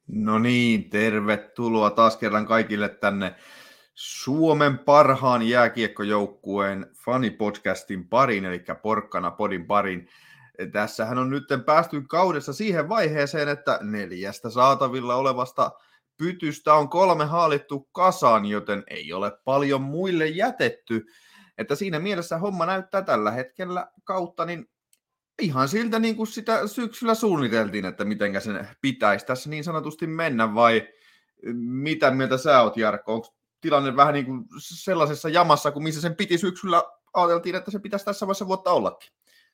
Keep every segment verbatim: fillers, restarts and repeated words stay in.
No niin, tervetuloa taas kerran kaikille tänne Suomen parhaan jääkiekkojoukkueen fanipodcastin pariin, eli Porkkana podin pariin. Tässähän on nyt päästy kaudessa siihen vaiheeseen, että neljästä saatavilla olevasta pytystä on kolme haalittu kasaan, joten ei ole paljon muille jätetty. Että siinä mielessä homma näyttää tällä hetkellä kautta, niin ihan siltä niin kuin sitä syksyllä suunniteltiin, että mitenkä sen pitäisi tässä niin sanotusti mennä, vai mitä mieltä sä oot, Jarkko? Onko tilanne vähän niin kuin sellaisessa jamassa, kuin missä sen piti syksyllä ajateltiin, että se pitäisi tässä vaiheessa vuotta ollakin?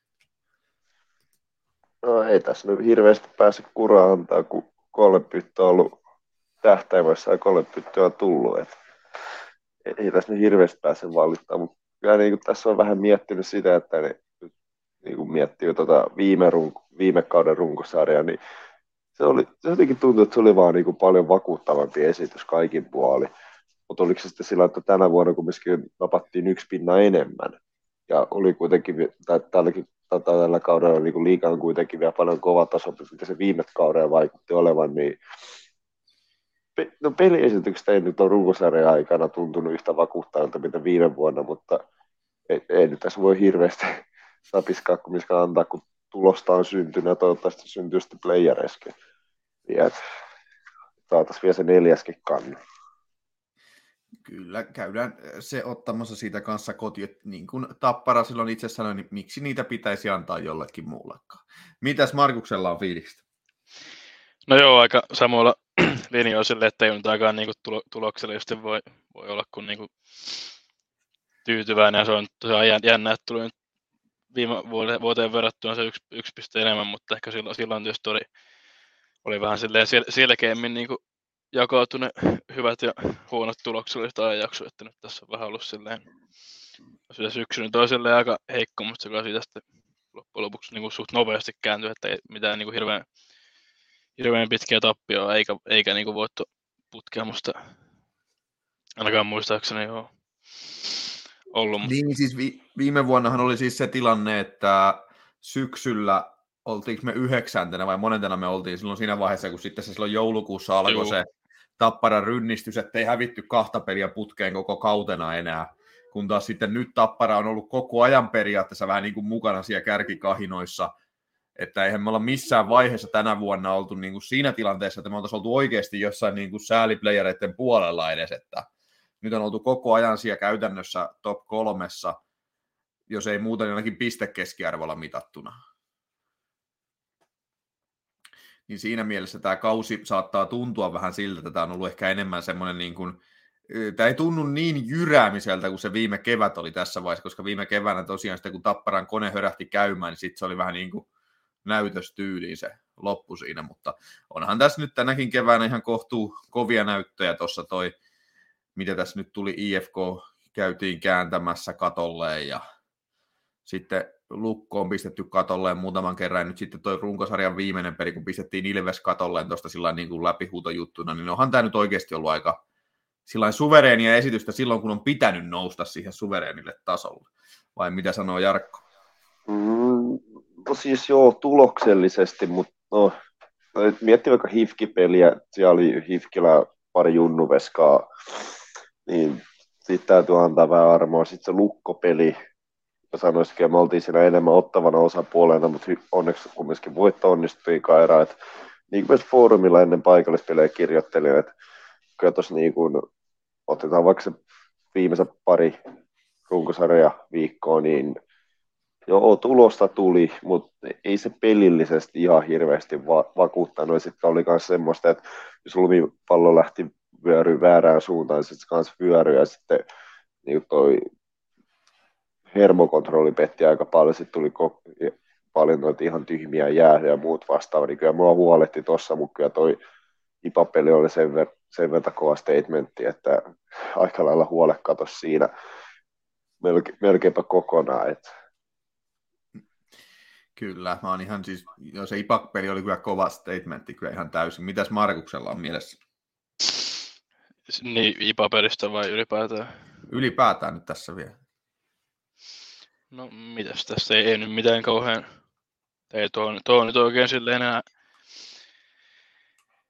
No ei tässä nyt hirveästi pääse kuraa antaa, kun kolme pyttyä on ollut tähtäimessä ja kolme pyttyä on tullut. Et ei tässä nyt hirveästi pääse valittaa, mutta kyllä niin kuin tässä on vähän miettinyt sitä, että ne niin kuin miettii tota viime, runko, viime kauden runkosarjaa, niin se, oli, se jotenkin tuntui, että se oli vaan niin kuin paljon vakuuttavampi esitys kaikin puolin. Mutta oliko se sitten sillä, että tänä vuonna kumminkin napattiin yksi pinna enemmän, ja oli kuitenkin, tai tälläkin tällä kaudella niin liiga on kuitenkin vielä paljon kova taso, mitä se viime kaudella vaikutti olevan, niin no peliesitykset ei nyt ole runkosarjan aikana tuntunut yhtä vakuuttavalta mitä viime vuonna, mutta ei, ei nyt tässä voi hirveästi sapiskaa, kun missä antaa, kun tulosta on syntynyt ja toivottavasti syntyy sitten playereskin. Ja saataisiin vielä se neljäskin kannu. Kyllä, käydään se ottamassa siitä kanssa kotiin, että niin kuin Tappara silloin itse sanoi, niin miksi niitä pitäisi antaa jollekin muullekaan. Mitäs Markuksella on fiilistä? No joo, aika samoilla linjoilla silleen, että ei nyt aikaan niin tulo, tuloksellisesti voi, voi olla kuin, niin kuin tyytyväinen, ja se on tosiaan jännä, että tuli nyt viime vuoteen verrattuna se yksi, yksi piste enemmän, mutta ehkä silloin, silloin tietysti oli, oli vähän silleen selkeämmin niin kuin jakautu ne hyvät ja huonot tulokselliset ajanjakso, että nyt tässä on vähän ollut silleen, se syksy nyt on silleen aika heikko, mutta se kyllä siitä sitten loppujen lopuksi niin kuin suht nopeasti kääntyy, että ei mitään niin kuin hirveän, hirveän pitkiä tappioa, eikä, eikä niin kuin voittoputkea musta ainakaan muistaakseni ole ollut. Niin, siis vi- viime vuonnahan oli siis se tilanne, että syksyllä oltiinko me yhdeksäntenä vai monentena me oltiin silloin siinä vaiheessa, kun sitten se silloin joulukuussa alkoi Juu. se Tapparan rynnistys, että ei hävitty kahta peliä putkeen koko kautena enää, kun taas sitten nyt Tappara on ollut koko ajan periaatteessa vähän niin kuin mukana siellä kärkikahinoissa, että eihän me olla missään vaiheessa tänä vuonna oltu niin kuin siinä tilanteessa, että me oltaisiin oltu oikeasti jossain niin kuin sääliplayereiden puolella edes, että nyt on oltu koko ajan siellä käytännössä top kolmessa, jos ei muuten niin ainakin pistekeskiarvolla mitattuna. Niin siinä mielessä tämä kausi saattaa tuntua vähän siltä, että tämä on ollut ehkä enemmän semmoinen, niin kuin, tämä ei tunnu niin jyräämiseltä kuin se viime kevät oli tässä vaiheessa, koska viime keväänä tosiaan sitten kun Tapparan kone hörähti käymään, niin sitten se oli vähän niin kuin näytöstyyliin se loppu siinä, mutta onhan tässä nyt tänäkin keväänä ihan kohtuu kovia näyttöjä tuossa toi, mitä tässä nyt tuli, I F K käytiin kääntämässä katolleen ja sitten Lukko on pistetty katolleen muutaman kerran, ja nyt sitten toi runkosarjan viimeinen peli, kun pistettiin Ilves katolleen tuosta sillä niin kuin läpihuutojuttuna, niin onhan tämä nyt oikeasti ollut aika sillain suvereenia esitystä silloin, kun on pitänyt nousta siihen suvereenille tasolle. Vai mitä sanoo Jarkko? Mm, no siis joo, tuloksellisesti, mutta no, miettii vaikka Hifki-peliä, siellä oli Hifkillä pari junnuveskaa, niin sitten täytyy antaa vähän armoa. Sitten se Lukko-peli, mä sanoisin, että me oltiin siinä enemmän ottavana osapuolena, mutta onneksi kumminkin voitto onnistui Kaira. Et, niin kuin myös foorumilla ennen paikallispelejä kirjoittelin, että kyllä tuossa niin kuin, otetaan vaikka se viimeisen pari runkosarja viikkoa, niin joo, tulosta tuli, mutta ei se pelillisesti ihan hirveästi va- vakuuttanut. Ja sitten oli myös semmoista, että jos lumipallo lähti vyöryyn väärään suuntaan, niin sitten se kanssa vyöryi, ja sitten niin toi hermokontrolli petti aika paljon, sitten tuli ko- paljon noita ihan tyhmiä jäähyjä ja muut vastaavaa, niin kyllä mua huoletti tuossa, mutta kyllä toi IPA-peli oli sen, ver- sen verran kova statementti, että aika lailla huole katosi siinä melke- melkeinpä kokonaan, että Kyllä, mä oon ihan siis, jo se I P A C-peli oli kyllä kova statementti, kyllä ihan täysin. Mitäs Markuksella on mielessä? Niin, I P A-pelistä vai ylipäätään? Ylipäätään nyt tässä vielä. No, mitäs tässä ei, ei nyt mitään kauhean, ei tuo, tuo nyt oikein silleen enää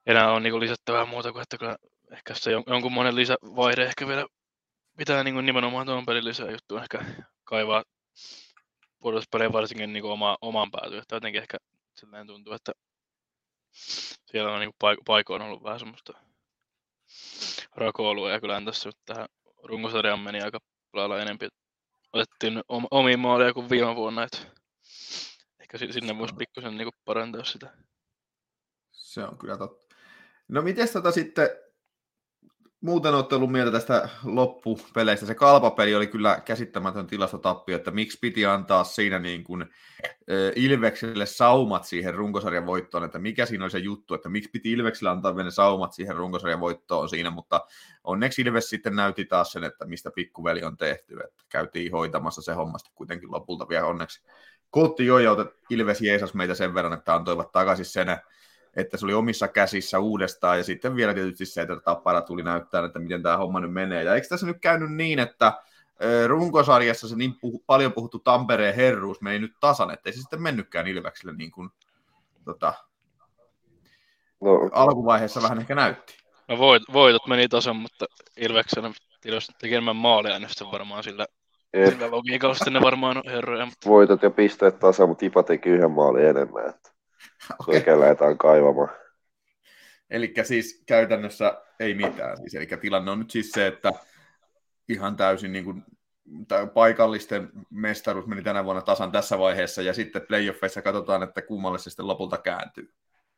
enää on niin lisättävää muuta kuin, että kyllä ehkä se jon- jonkun monen lisävaihde ehkä vielä pitää niin nimenomaan tuon pelin lisää juttua ehkä kaivaa pudotuspeleen varsinkin niin oma, oman päätyyn, että jotenkin ehkä silleen tuntuu, että siellä on niin paik- paikoin ollut vähän semmoista rakoilua ja kyllä tässä nyt tähän runkosarjaan meni aika lailla enemmän. Otettiin om- omiin maaleja kuin viime vuonna, että ehkä sinne voisi pikkusen niin parantaa sitä. Se on kyllä totta. No miten tota sitten, muuten olette ollut mieltä tästä loppupeleistä. Se Kalpa-peli oli kyllä käsittämätön tilastotappio, että miksi piti antaa siinä niin kuin Ilvekselle saumat siihen runkosarjan voittoon, että mikä siinä oli se juttu, että miksi piti Ilvekselle antaa ne saumat siihen runkosarjan voittoon siinä, mutta onneksi Ilves sitten näytti taas sen, että mistä pikkuveli on tehty, että käytiin hoitamassa se hommasta kuitenkin lopulta vielä onneksi. Kotti jo, ja Ilves jeesas meitä sen verran, että antoivat takaisin sen, että se oli omissa käsissä uudestaan, ja sitten vielä tietysti se, että Tappara tuli näyttää, että miten tämä homma nyt menee. Ja eikö tässä nyt käynyt niin, että runkosarjassa se niin puhu, paljon puhuttu Tampereen herruus meni nyt tasan, ettei se sitten mennytkään Ilvekselle niin kuin tota, no, alkuvaiheessa vähän ehkä näytti. No voit, voitot meni tasan, mutta Ilveksen teki enemmän maaleja, niin sitten varmaan sillä, sillä logiikalla sitten ne varmaan on herroja. Mutta... Voitot ja pisteet tasan, mutta Ipa teki yhden maalin enemmän, että okay. Oikein lähdetään kaivamaan. Eli siis käytännössä ei mitään. Siis, eli tilanne on nyt siis se, että ihan täysin niin kuin, paikallisten mestaruus meni tänä vuonna tasan tässä vaiheessa, ja sitten playoffeissa katsotaan, että kummalle se sitten lopulta kääntyy.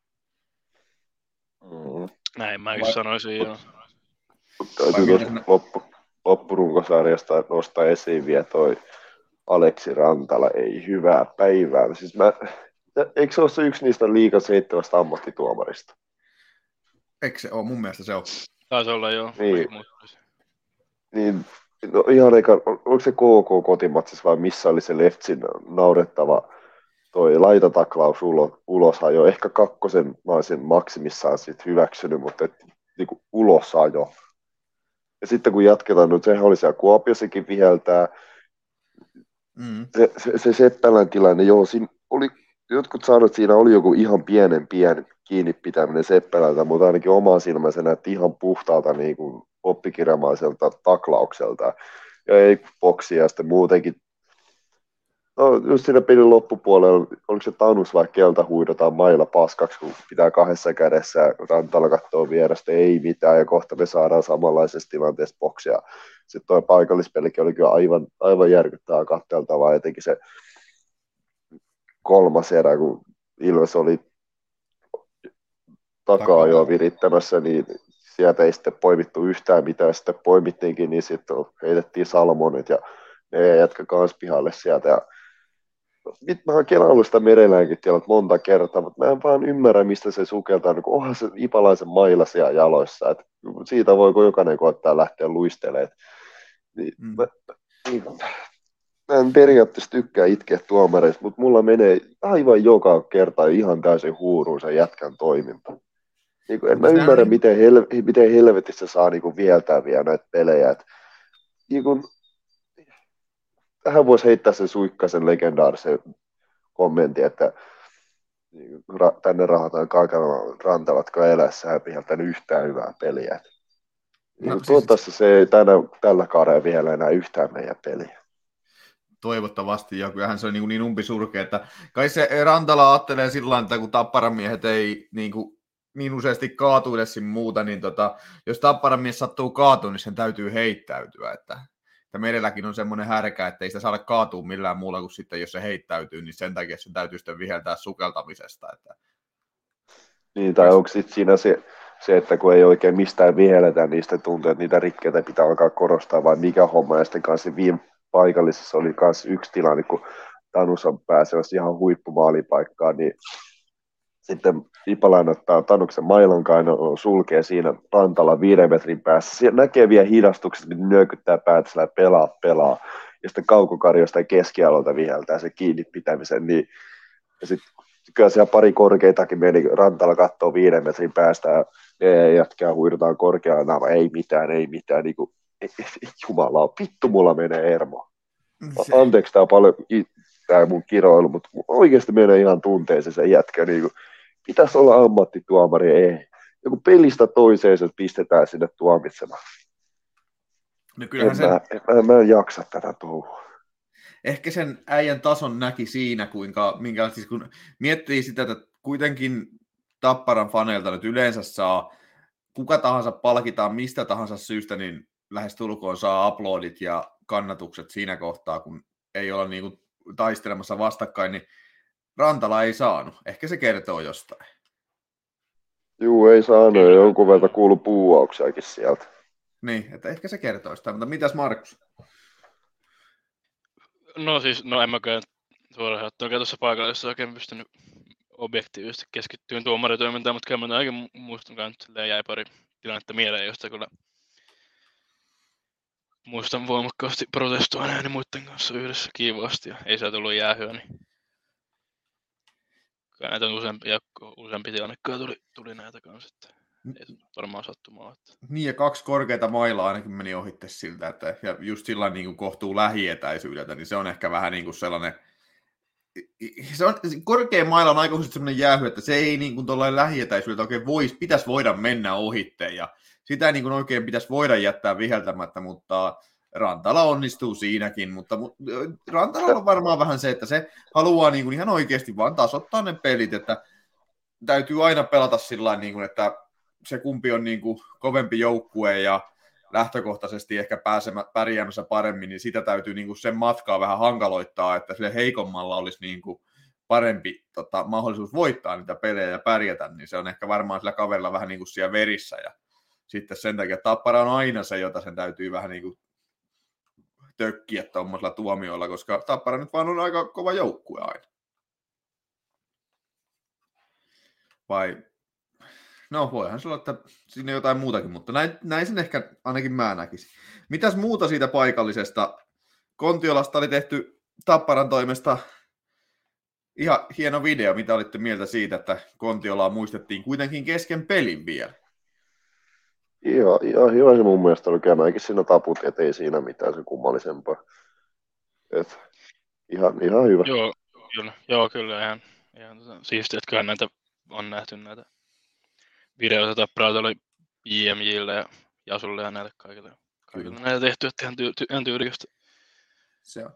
Mm. Näin mäkin sanoisin, joo. Täytyy loppu, loppurunkosarjasta nostaa esiin vielä toi Aleksi Rantala, ei hyvää päivää. Siis mä, eikö se ole se yksi niistä liigan seitsemästä ammattituomarista? Eikö se ole? Mun mielestä se on. Taisi olla, joo. Niin, niin no ihan eikä, oliko se K K kotimatsissa vai missä oli se Leftsin naurettava toi laitataklaus ulos, ulosajo. Ehkä kakkosen mä olisin maksimissaan sit hyväksynyt, mutta et, niinku ulosajo. Ja sitten kun jatketaan, no sehän oli siellä Kuopiossakin viheltää. Mm. Se, se, se Seppälän tilanne, joo, siinä oli, jotkut sanoivat, että siinä oli joku ihan pienen pieni kiinni pitäminen Seppälältä, mutta ainakin omaa silmä se näytti ihan puhtaalta niin kuin oppikirjamaiselta taklaukselta. Ja ei boksia ja sitten muutenkin. No just siinä pelin loppupuolella, oliko se Tanus vai kelta huidotaan mailla paskaksi, kun pitää kahdessa kädessä ja Rantala katsoo vierestä, ei mitään, ja kohta me saadaan samanlaisessa tilanteessa boksia. Sitten tuo paikallispelikin oli kyllä aivan, aivan järkyttävää katseltavaa, etenkin se kolmas erä, kun Ilves oli takaa jo virittämässä, niin sieltä ei sitten poimittu yhtään mitään, sitten poimittiinkin, niin sitten heitettiin Salmonit ja ne jätkä kans pihalle sieltä, ja nyt mä oon kelannut sitä mereläänkin tiedät monta kertaa, mutta mä en vaan ymmärrä, mistä se sukeltaa, niin onhan se ipalaisen mailla siellä jaloissa, että siitä voiko jokainen koettaa lähteä luistelemaan. Niin, mm. mä, niin, mä en periaatteessa tykkää itkeä tuomareista, mutta mulla menee aivan joka kerta ihan täysin huuruun sen jätkän toiminta. Niin, en mä ymmärrä, niin... miten, hel, miten helvetissä saa niin vieltää vielä näitä pelejä. Et, niin kun, tähän voisi heittää sen suikkaisen legendaarisen kommentin, että ra- tänne rahataan kaikilla rantavatko elässä ja pihaltanut yhtään hyvää peliä. No, toivottavasti siis... se ei tänä, tällä kaudella vielä enää yhtään meidän peliä. Toivottavasti, ja kyllähän se on niin, niin umpisurkea, että kai se Rantala ajattelee sillä tavalla, että kun Tapparan miehet ei niin, kuin, niin useasti kaatuile sin muuta, niin tota, jos Tapparan mies sattuu kaatuun, niin sen täytyy heittäytyä, että ja meilläkin on semmoinen härkä, että ei sitä saada kaatua millään muulla kuin sitten, jos se heittäytyy, niin sen takia sen täytyy sitten viheltää sukeltamisesta. Että... Niin, tai onko sitten siinä se, se, että kun ei oikein mistään vihelletä, niin sitten tuntuu, että niitä rikkeitä pitää alkaa korostaa, vai mikä homma. Ja sitten kanssa viime paikallisessa oli myös yksi tilanne, kun Tanus on pääsemässä ihan huippumaalipaikkaan, niin sitten Ipalainen ottaa Tanuksen mailankaino, sulkee siinä Rantalla viiden metrin päässä. Siellä näkee vielä hidastukset, mitä nyökyttää päätä, sillä pelaa, pelaa. Ja sitten Kaukokarjosta ja keskialolta viheltää se kiinni pitämisen. Niin, ja sitten kyllä siellä pari korkeitakin meni, Rantalla katsoo viiden metrin päästä ja ne jatkaa huidutaan korkealla naama. Ei mitään, ei mitään. Niin kuin, ei, ei, jumala, vittu mulla menee Ermo. Anteeksi, tämä on paljon tämä mun kiroilu, mutta oikeasti menee ihan tunteeseen se jätkä. Niin kuin, pitäisi olla ammattituomari, ei. joku pelistä toiseen se pistetään sinne tuomitsemaan. No kyllähän en, sen, mä, en, mä, mä en jaksa tätä touhua. Ehkä sen äijän tason näki siinä, kuinka, minkä, siis kun miettii sitä, että kuitenkin Tapparan faneilta nyt yleensä saa, kuka tahansa palkitaan mistä tahansa syystä, niin lähes tulkoon saa uploadit ja kannatukset siinä kohtaa, kun ei olla niin kuin taistelemassa vastakkain, niin Rantala ei saanut. Ehkä se kertoo jostain. Juu, ei saanut, ja jonkun verran kuulu puuauksiakin sieltä. Niin, että ehkä se kertoo jostain, mutta mitäs Markus? No siis, no en mäkään suoraan sanottuna tuossa paikallisessa oikein pystynyt objektiivisesti keskittymään tuomaritoimintaan, mutta kyllä mä ainakin muistan, että jäi pari tilannetta mieleen, josta kyllä muistan voimakkaasti protestoineeni muiden kanssa yhdessä kiivaasti, ja ei se tullut jäähyä, niin kyllä näitä useampi, useampi tilannekkaa tuli, tuli näitä kanssa, että ei varmaan sattumaa. Että... Niin, ja kaksi korkeita mailaa ainakin meni ohitte siltä, että ja just sillä niin kuin kohtuu lähietäisyydeltä, niin se on ehkä vähän niin kuin sellainen, se on, korkea maila on aika usein sellainen jäähy, että se ei niin kuin tuollainen lähietäisyydeltä oikein vois, pitäisi voida mennä ohitte, ja sitä ei niin kuin oikein pitäisi voida jättää viheltämättä, mutta Rantala onnistuu siinäkin, mutta Rantalalla on varmaan vähän se, että se haluaa niin kuin ihan oikeasti vaan tasoittaa ne pelit, että täytyy aina pelata sillä niin kuin, että se kumpi on niin kuin kovempi joukkue ja lähtökohtaisesti ehkä pääsemä, pärjäämässä paremmin, niin sitä täytyy niin kuin sen matkaa vähän hankaloittaa, että sille heikommalla olisi niin kuin parempi tota, mahdollisuus voittaa niitä pelejä ja pärjätä, niin se on ehkä varmaan sillä kaverilla vähän niin kuin siellä verissä, ja sitten sen takia Tappara on aina se, jota sen täytyy vähän niin kuin tökkiä tuommoisilla tuomioilla, koska Tappara nyt vaan on aika kova joukkue aina. Vai... No voihan se olla, että siinä on jotain muutakin, mutta näin, näin sen ehkä ainakin mä näkisin. Mitäs muuta siitä paikallisesta? Kontiolasta oli tehty Tapparan toimesta ihan hieno video. Mitä olitte mieltä siitä, että Kontiolaa muistettiin kuitenkin kesken pelin vielä? Ihan, ihan hyvä se mun mielestä oli. Ainakin siinä taput, ettei siinä mitään se kummallisempaa. Et, ihan, ihan hyvä. Joo, kyllä, joo, kyllä ihan, ihan tota, siistiä, että kyllä näitä on nähty näitä videoita Tapparalta oli J M J:lle ja Jasulle ja näille kaikille. Kaikille näitä tehty, että ihan, tyy- ty- ihan tyylikästä. Se on.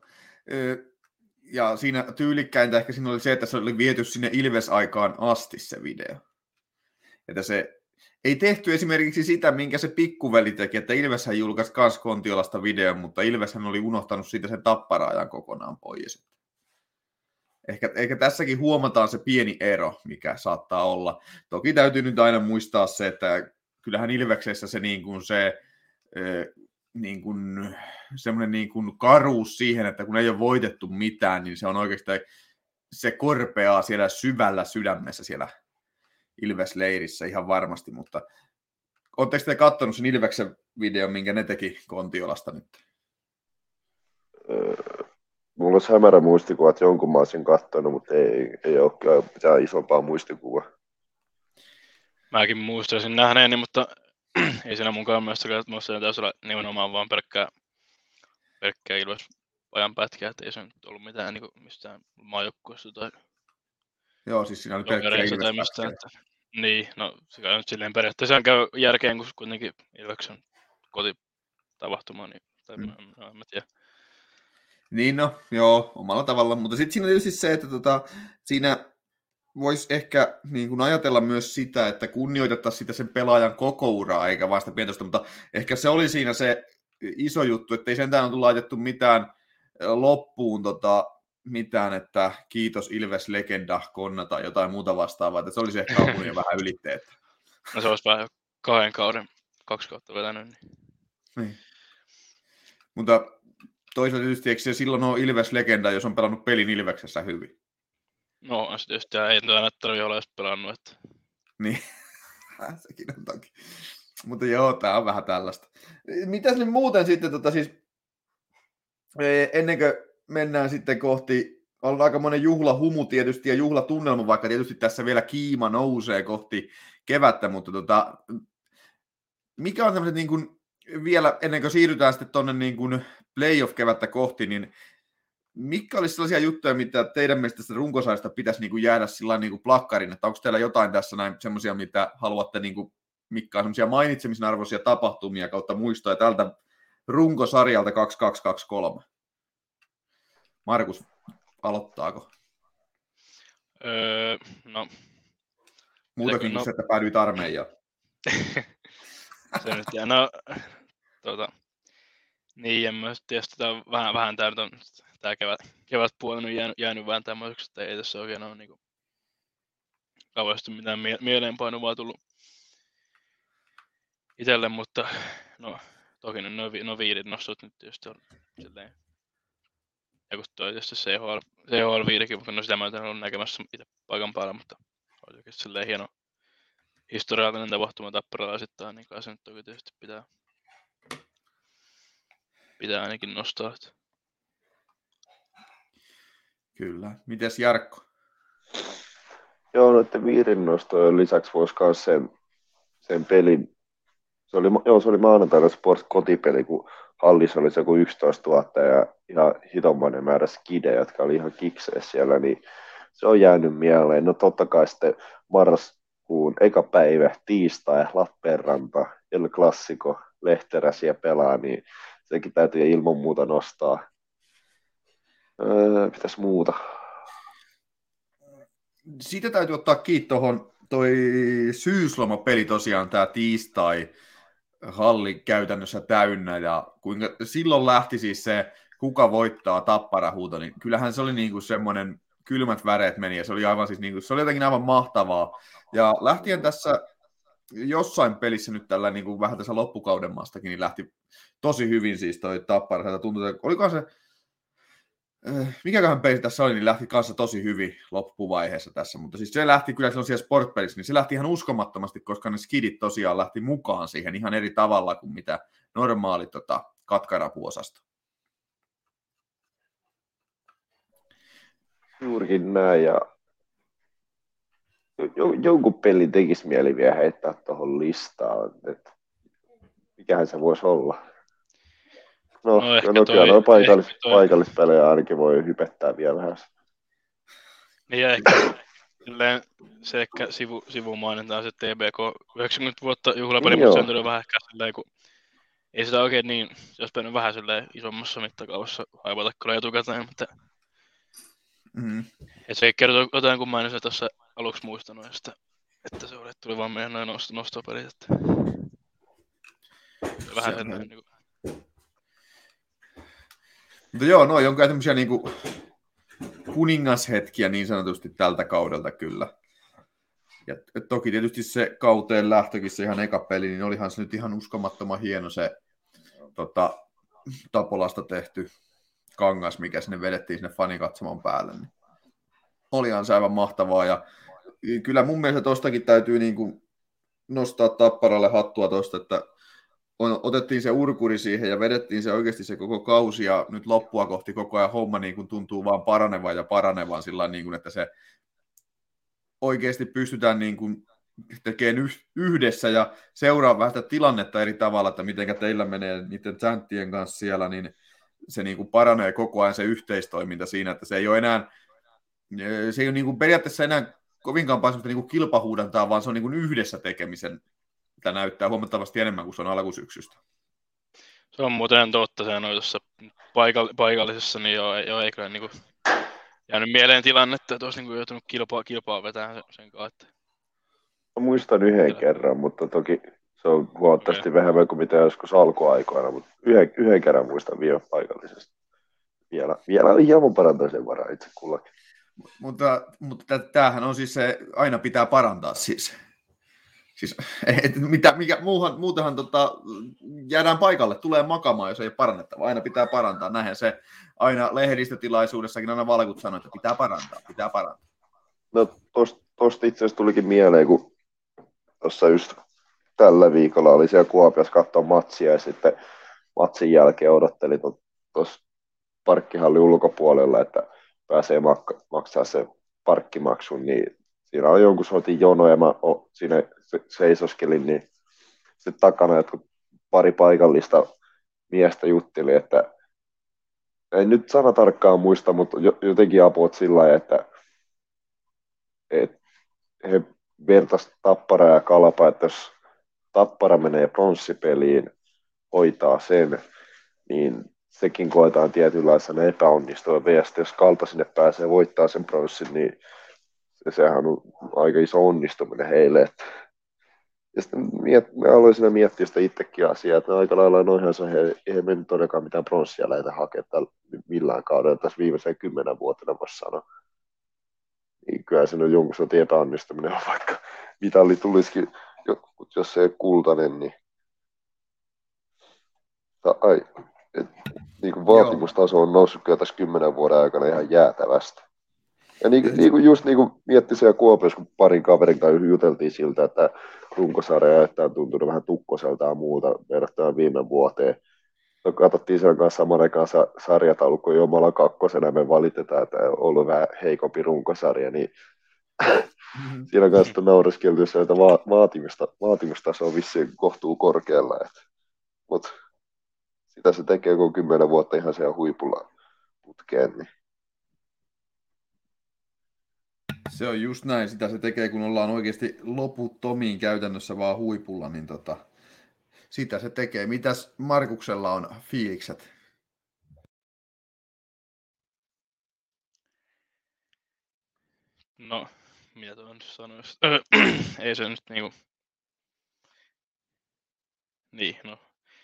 Ja siinä tyylikkäintä ehkä siinä oli se, että se oli viety sinne Ilves-aikaan asti se video. Että se ei tehty esimerkiksi sitä, minkä se pikkuveli teki, että Ilveshän julkaisi kans Kontiolasta videon, mutta Ilveshän oli unohtanut siitä sen Tappara-ajan kokonaan pois. Ehkä, ehkä tässäkin huomataan se pieni ero, mikä saattaa olla. Toki täytyy nyt aina muistaa se, että kyllähän Ilveksessä se, niin kuin se niin kuin, semmoinen niin kuin karuus siihen, että kun ei ole voitettu mitään, niin se on oikeastaan, se korpeaa siellä syvällä sydämessä siellä Ilves-leirissä ihan varmasti, mutta oletteko te katsonut sen Ilveksen videon, minkä ne teki Kontiolasta nyt? Öö, mulla olisi hämärä muistikuva, että jonkun mä olisin katsonut, mutta ei, ei ole kyllä mitään isompaa muistikuvaa. Mäkin muistaisin nähneeni, mutta ei siinä munkaan mielestä, että minusta täytyy olla nimenomaan vaan pelkkää, pelkkää Ilves-ajan pätkää, että ei se nyt ollut mitään niin mistään maajoukkueesta tai Joo, siis siinä oli pelkkää Ilves-pätkää. Niin, no se käy nyt silleen periaatteessa käy järkeen, kun kuitenkin Ilveksen kotitapahtuma, niin tai mm. en, en mä tiedä. Niin no, joo, omalla tavalla, mutta sitten siinä on tietysti se, että tota, siinä voisi ehkä niin kuin ajatella myös sitä, että kunnioitettaisiin sitä sen pelaajan koko uraa, eikä vasta pientosta, mutta ehkä se oli siinä se iso juttu, että ei sentään ole laitettu mitään loppuun tota, mitään, että kiitos Ilves-legenda, Konna tai jotain muuta vastaavaa, että se olisi ehkä ollut jo vähän ylitteet. No se olisi vähän kahden kauden, kaksi kautta vetänyt. Niin. Niin. Mutta toisaalta tietysti, eikö se silloin ole Ilves-legenda, jos on pelannut pelin Ilveksessä hyvin? No, on se tietysti, ei tämä tarvitse olla edes pelannut. Että... Niin, sekin on toki. Mutta joo, tämä on vähän tällaista. Mitäs nyt muuten sitten, tota, siis, ennen kuin mennään sitten kohti, on aika monen juhlahumu tietysti ja juhlatunnelma, vaikka tietysti tässä vielä kiima nousee kohti kevättä, mutta tota, mikä on tämmöiset niin kuin, vielä ennen kuin siirrytään sitten tuonne niin kuin playoff-kevättä kohti, niin mitkä olisi sellaisia juttuja, mitä teidän mielestä tästä runkosarjasta pitäisi niin kuin jäädä sillä niin kuin plakkarin, että onko teillä jotain tässä näin semmoisia, mitä haluatte niin kuin mitkä on semmoisia mainitsemisen arvoisia tapahtumia kautta muistoja tältä runkosarjalta kaksikymmentäkaksi kaksikymmentäkolme. Markus, aloittaako? Öö, no. Muutakin kuin no... se, että päädyit armeijaan. Se nyt jää. No, tuota, niin, en mä tietysti tää on vähän, vähän tää nyt on, tää kevät, kevätpuoli on jäänyt, jäänyt vähän tämmöiseksi, että ei tässä oikein ole niinku kauheasti mitään mie- mieleenpainuvaa tullut itselle, mutta no, toki nyt no, no viidit nostot nyt tietysti on silleen, ja kun toi tietysti C H L, C H L viidekin, mutta no sitä mä en ollut näkemässä itse paikan päällä, mutta oli oikeasti silleen hieno historiallinen tapahtuma Tapparalaisittain, niin kai se nyt toki tietysti pitää, pitää ainakin nostaa. Kyllä. Mites Jarkko? Joo, noiden viidin nostojen lisäksi voisi myös sen, sen pelin, se oli, joo, se oli maanantaina Sports kotipeli, kun hallissa oli se kuin yksitoistatuhatta ja ihan hitommainen määrä skidejä, jotka oli ihan kikseissä siellä, niin se on jäänyt mieleen. No totta kai sitten marraskuun eka päivä, tiistai, Lappeenranta, El Classico, Lehteräsiä pelaa, niin sekin täytyy ilman muuta nostaa. Öö, mitäs muuta? Siitä täytyy ottaa kiinni tuohon toi syyslomapeli tosiaan, tämä tiistai, halli käytännössä täynnä, ja kuinka silloin lähti siis se, kuka voittaa Tappara-huuto, niin kyllähän se oli niinku semmoinen, kylmät väreet meni, ja se oli aivan siis niinku, se oli jotenkin aivan mahtavaa, ja lähtien tässä jossain pelissä nyt tällä niinku vähän tässä loppukauden maastakin, niin lähti tosi hyvin siis toi Tappara, sieltä tuntui, että olikohan se, mikäköhän peli tässä oli, niin lähti kanssa tosi hyvin loppuvaiheessa tässä, mutta siis se lähti kyllä silloin siellä sportpelissä, niin se lähti ihan uskomattomasti, koska ne skidit tosiaan lähti mukaan siihen ihan eri tavalla kuin mitä normaali tota, katkarapuosasto. Juurikin näin, ja jonkun pelin tekisi mieli vielä heittää tuohon listaan, että mikähän se voisi olla. No, no, ehkä no toi, kyllä nuo paikallis, toi. paikallispelejä ainakin voi hypettää vielä vähän. Niin ja ehkä se ehkä sivu, sivumainentaan se T B K yhdeksänkymmentä vuotta juhlapeli, Joo. mutta se on vähän ehkä silleen, kun ei sitä oikein niin, se olisi mennyt vähän silleen isommassa mittakaavassa haipata kyllä etukäteen, mutta Mm-hmm. et se kertoo jotain, kun mä en se tuossa aluksi muistanut, että, että se oli, tuli vaan meidän noin nost- nostopelit, että vähän sen näin niin kuin. Mutta joo, no on kai tämmöisiä niinku kuningashetkiä niin sanotusti tältä kaudelta kyllä. Ja toki tietysti se kauteen lähtökin, se ihan eka peli, niin olihan se nyt ihan uskomattoman hieno se tota, Tapolasta tehty kangas, mikä sinne vedettiin sinne fanikatsoman päälle. Niin olihan se aivan mahtavaa, ja kyllä mun mielestä tostakin täytyy niinku nostaa Tapparalle hattua tosta, että on, otettiin se urkuri siihen ja vedettiin se oikeasti se koko kausi, ja nyt loppua kohti koko ajan homma niin kuin tuntuu vaan paranevan ja paranevan sillä niin kuin, että se oikeasti pystytään niin kuin tekemään yhdessä ja seuraa vähän sitä tilannetta eri tavalla, että miten teillä menee niiden chanttien kanssa siellä, niin se niin kuin paranee koko ajan se yhteistoiminta siinä, että se ei ole enää, se ei ole niin kuin periaatteessa enää kovinkaan paljon niin kuin kilpahuudantaa, vaan se on niin kuin yhdessä tekemisen, mitä näyttää huomattavasti enemmän kuin se on alkusyksystä. Se on muuten totta, sehän on tuossa paikall- paikallisessa, niin joo, joo ei kyllä niin kuin jäänyt mieleen tilannetta, että olisi niin kuin joutunut kilpaa, kilpaa vetämään sen kanssa. Mä muistan yhden Kyllä. kerran, mutta toki se on huomattavasti okay. vähemmän kuin mitä joskus alkuaikoina, mutta yhden, yhden kerran muistan vielä paikallisesta. Vielä, vielä oli hieman parantamisen varaa itse kullakin. Mutta, mutta tämähän on siis se, aina pitää parantaa siis. Siis, et, mitä, mikä, muuhan, muutenhan tota, jäädään paikalle, tulee makamaan, jos ei ole parannettava. Aina pitää parantaa. Näinhän se aina lehdistötilaisuudessakin aina Valkut sanoi, että pitää parantaa, pitää parantaa. No tosta, tosta itse asiassa tulikin mieleen, kun tuossa just tällä viikolla oli siellä Kuopiossa katsoa matsia ja sitten matsin jälkeen odotteli tuossa parkkihallin ulkopuolella, että pääsee mak- maksaa se parkkimaksun, niin siinä on jonkun sortin jono ja mä o, siinä seisoskelin, niin sitten takana jotkut pari paikallista miestä jutteli, että en nyt sana tarkkaan muista, mutta jotenkin apuot sillä lailla, että, että he vertaisivat Tapparaa ja Kalpaa, että jos Tappara menee pronssipeliin, hoitaa sen, niin sekin koetaan tietynlaisena epäonnistua. V S jos Kalpa sinne pääsee voittaa sen pronssin, niin sehän on aika iso onnistuminen heille. Että ja sitten miet, mä aloin siinä miettiä sitä itsekin asiaa, että aika lailla noihan se he, ei mennyt todellakaan mitään pronssia lähdetä hakemaan millään kaudella tässä viimeisen kymmenen vuotena, voisi sanoa. Niin kyllä se on jonkun sortin epäonnistuminen, vaikka mitalli tulisikin, jos se ei kultainen, niin ai, et, niin kuin vaatimustaso on noussut kyllä tässä kymmenen vuoden aikana ihan jäätävästi. Ja niin, niin kuin just niin kuin mietti siellä Kuopiossa, kun parin kaverin kanssa juteltiin siltä, että runkosarja on tuntunut vähän tukkoselta ja muuta verrattuna viime vuoteen. No, katsottiin sen kanssa saman aikaan sarjataulukko Jomala kakkosena, me valitetaan, että on ollut vähän heikompi runkosarja, niin mm-hmm. siinä kanssa naureskeltu, että va- vaatimusta, vaatimustaso on vissiin kohtuu korkealla. Mutta sitä se tekee, kun on kymmenen vuotta ihan siellä huipulla putkeen. Niin. Se on just näin, sitä se tekee, kun ollaan oikeasti loputtomiin käytännössä vaan huipulla, niin tota, sitä se tekee. Mitäs Markuksella on fiilikset? No, mitä tuo nyt sanoisi? Ei se nyt niinku... Niin, no.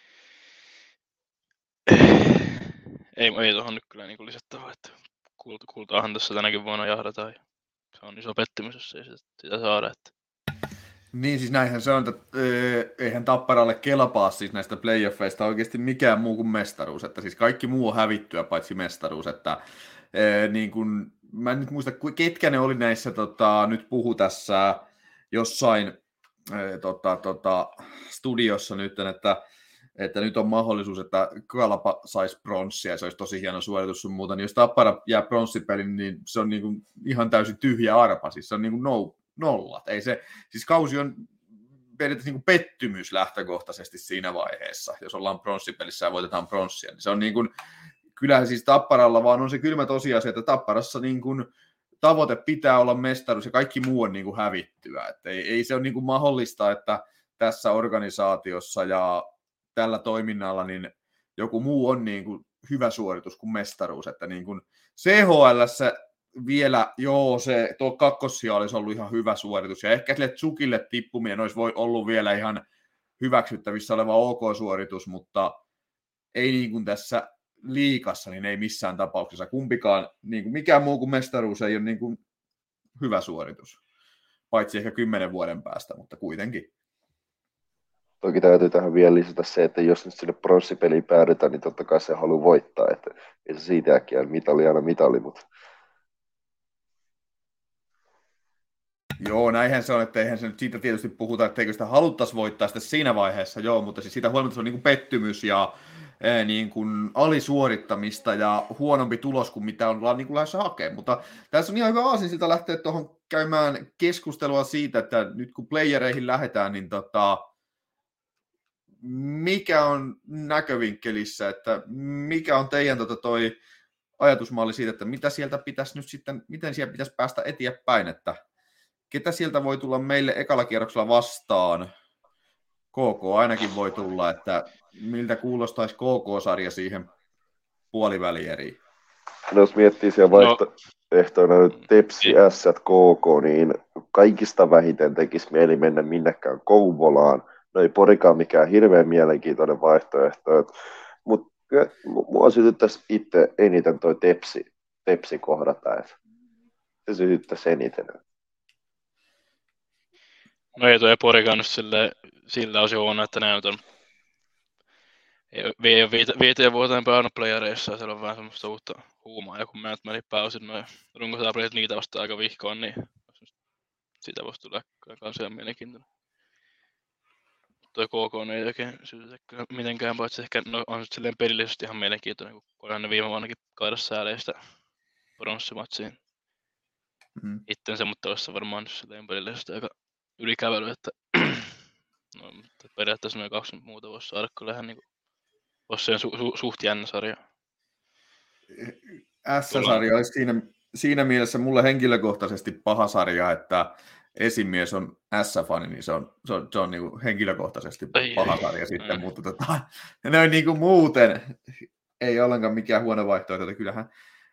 Ei, ei tuohon nyt kyllä niinku lisättävää, että kulta, kultaahan tässä tänäkin vuonna jahdataan. Ja se on iso pettymys, jos ei sitä, sitä saada. Että... Niin siis näinhän se on, että ee, eihän Tapparalle kelpaa siis näistä playoffeista oikeasti mikään muu kuin mestaruus. Että siis kaikki muu on hävittyä paitsi mestaruus. Että ee, niin kun, mä en nyt muista, ketkä ne oli näissä, tota, nyt puhu tässä jossain ee, tota, tota, studiossa nyt, että että nyt on mahdollisuus, että Kalpa saisi pronssia, ja se olisi tosi hieno suoritus sun muuta, niin jos Tappara jää pronssipelin, niin se on niin kuin ihan täysin tyhjä arpa, siis se on niin kuin no, nollat. Ei se, siis kausi on periaatteessa niin kuin pettymys lähtökohtaisesti siinä vaiheessa, jos ollaan pronssipelissä ja voitetaan pronssia, niin se on niin kuin, kyllähän siis Tapparalla vaan on se kylmä tosiasia, että Tapparassa niin kuin tavoite pitää olla mestaruus ja kaikki muu on niin kuin hävittyä, että ei, ei se ole niin kuin mahdollista, että tässä organisaatiossa ja tällä toiminnalla niin joku muu on niin kuin hyvä suoritus kuin mestaruus, että niin kuin C H L:ssä vielä, joo, se tuo kakkossija olisi ollut ihan hyvä suoritus, ja ehkä sille Tsukille tippuminen olisi voi ollut vielä ihan hyväksyttävissä oleva OK-suoritus, mutta ei niin kuin tässä liigassa, niin ei missään tapauksessa kumpikaan, niin kuin mikään muu kuin mestaruus ei ole niin kuin hyvä suoritus, paitsi ehkä kymmenen vuoden päästä, mutta kuitenkin. Toki täytyy tähän vielä lisätä se, että jos nyt sinne pronssipeliin päädytään, niin totta kai se haluaa voittaa, että ei se siitä äkkiä mitali aina mitali, mutta joo, näinhän se on, että eihän se nyt siitä tietysti puhuta, etteikö sitä haluttaisi voittaa sitä siinä vaiheessa, joo, mutta siis siitä huolimatta se on niin kuin pettymys ja ee, niin kuin alisuorittamista ja huonompi tulos kuin mitä ollaan niin kuin lähdössä hakemaan, mutta tässä on ihan hyvä aasinsilta lähteä tuohon käymään keskustelua siitä, että nyt kun playereihin lähdetään, niin tota, mikä on näkövinkkelissä, että mikä on teidän tota toi ajatusmalli siitä, että mitä sieltä pitäisi nyt sitten, miten siellä pitäisi päästä eteenpäin, että ketä sieltä voi tulla meille ekalla kierroksella vastaan? K K ainakin voi tulla, että miltä kuulostaisi K K-sarja siihen puolivälieriin? No, jos miettii siellä vaihtoehtoina nyt Tepsi, S, K K, niin kaikista vähiten tekisi mieli mennä minnekään Kouvolaan. No ei Porikaan mikään hirveän mielenkiintoinen vaihtoehto, mutta mua sytyttäisi itse eniten toi Tepsi, tepsi kohdata, että se sytyttäisi eniten. No ei toi Porikaan nyt sille, sillä osin huono, että ne on ei ole viiteen vuoteen pelannut playereissa ja siellä on vähän semmoista uutta huumaa. Ja kun mä nyt menin pääosin noin runkosarjapelit niitä vasta aika vihkoon, niin sitä voisi tulla kanssa ihan mielenkiintoinen. Toi K K ei oikein sytytä mitenkään, paitsi ehkä no, on silleen pelillisesti ihan mielenkiintoinen, kun olihan ne viime vuonnakin kaida sääleistä pronssimatsiin mm. itsensä, mutta olisi varmaan silleen pelillisesti aika ylikävely, että no, periaatteessa noin kaksi muuta voisi saada kyllä ihan niin kuin, olisi sen su- su- suht jännä sarja. S-sarja olisi siinä, siinä mielessä mulle henkilökohtaisesti paha sarja, että esimies on S-fani, niin se on, se on, se on niin kuin henkilökohtaisesti Ei, paha ei. sarja sitten, Mm. mutta tota, noin niin kuin muuten ei ollenkaan mikään huono vaihtoehto, että kyllähän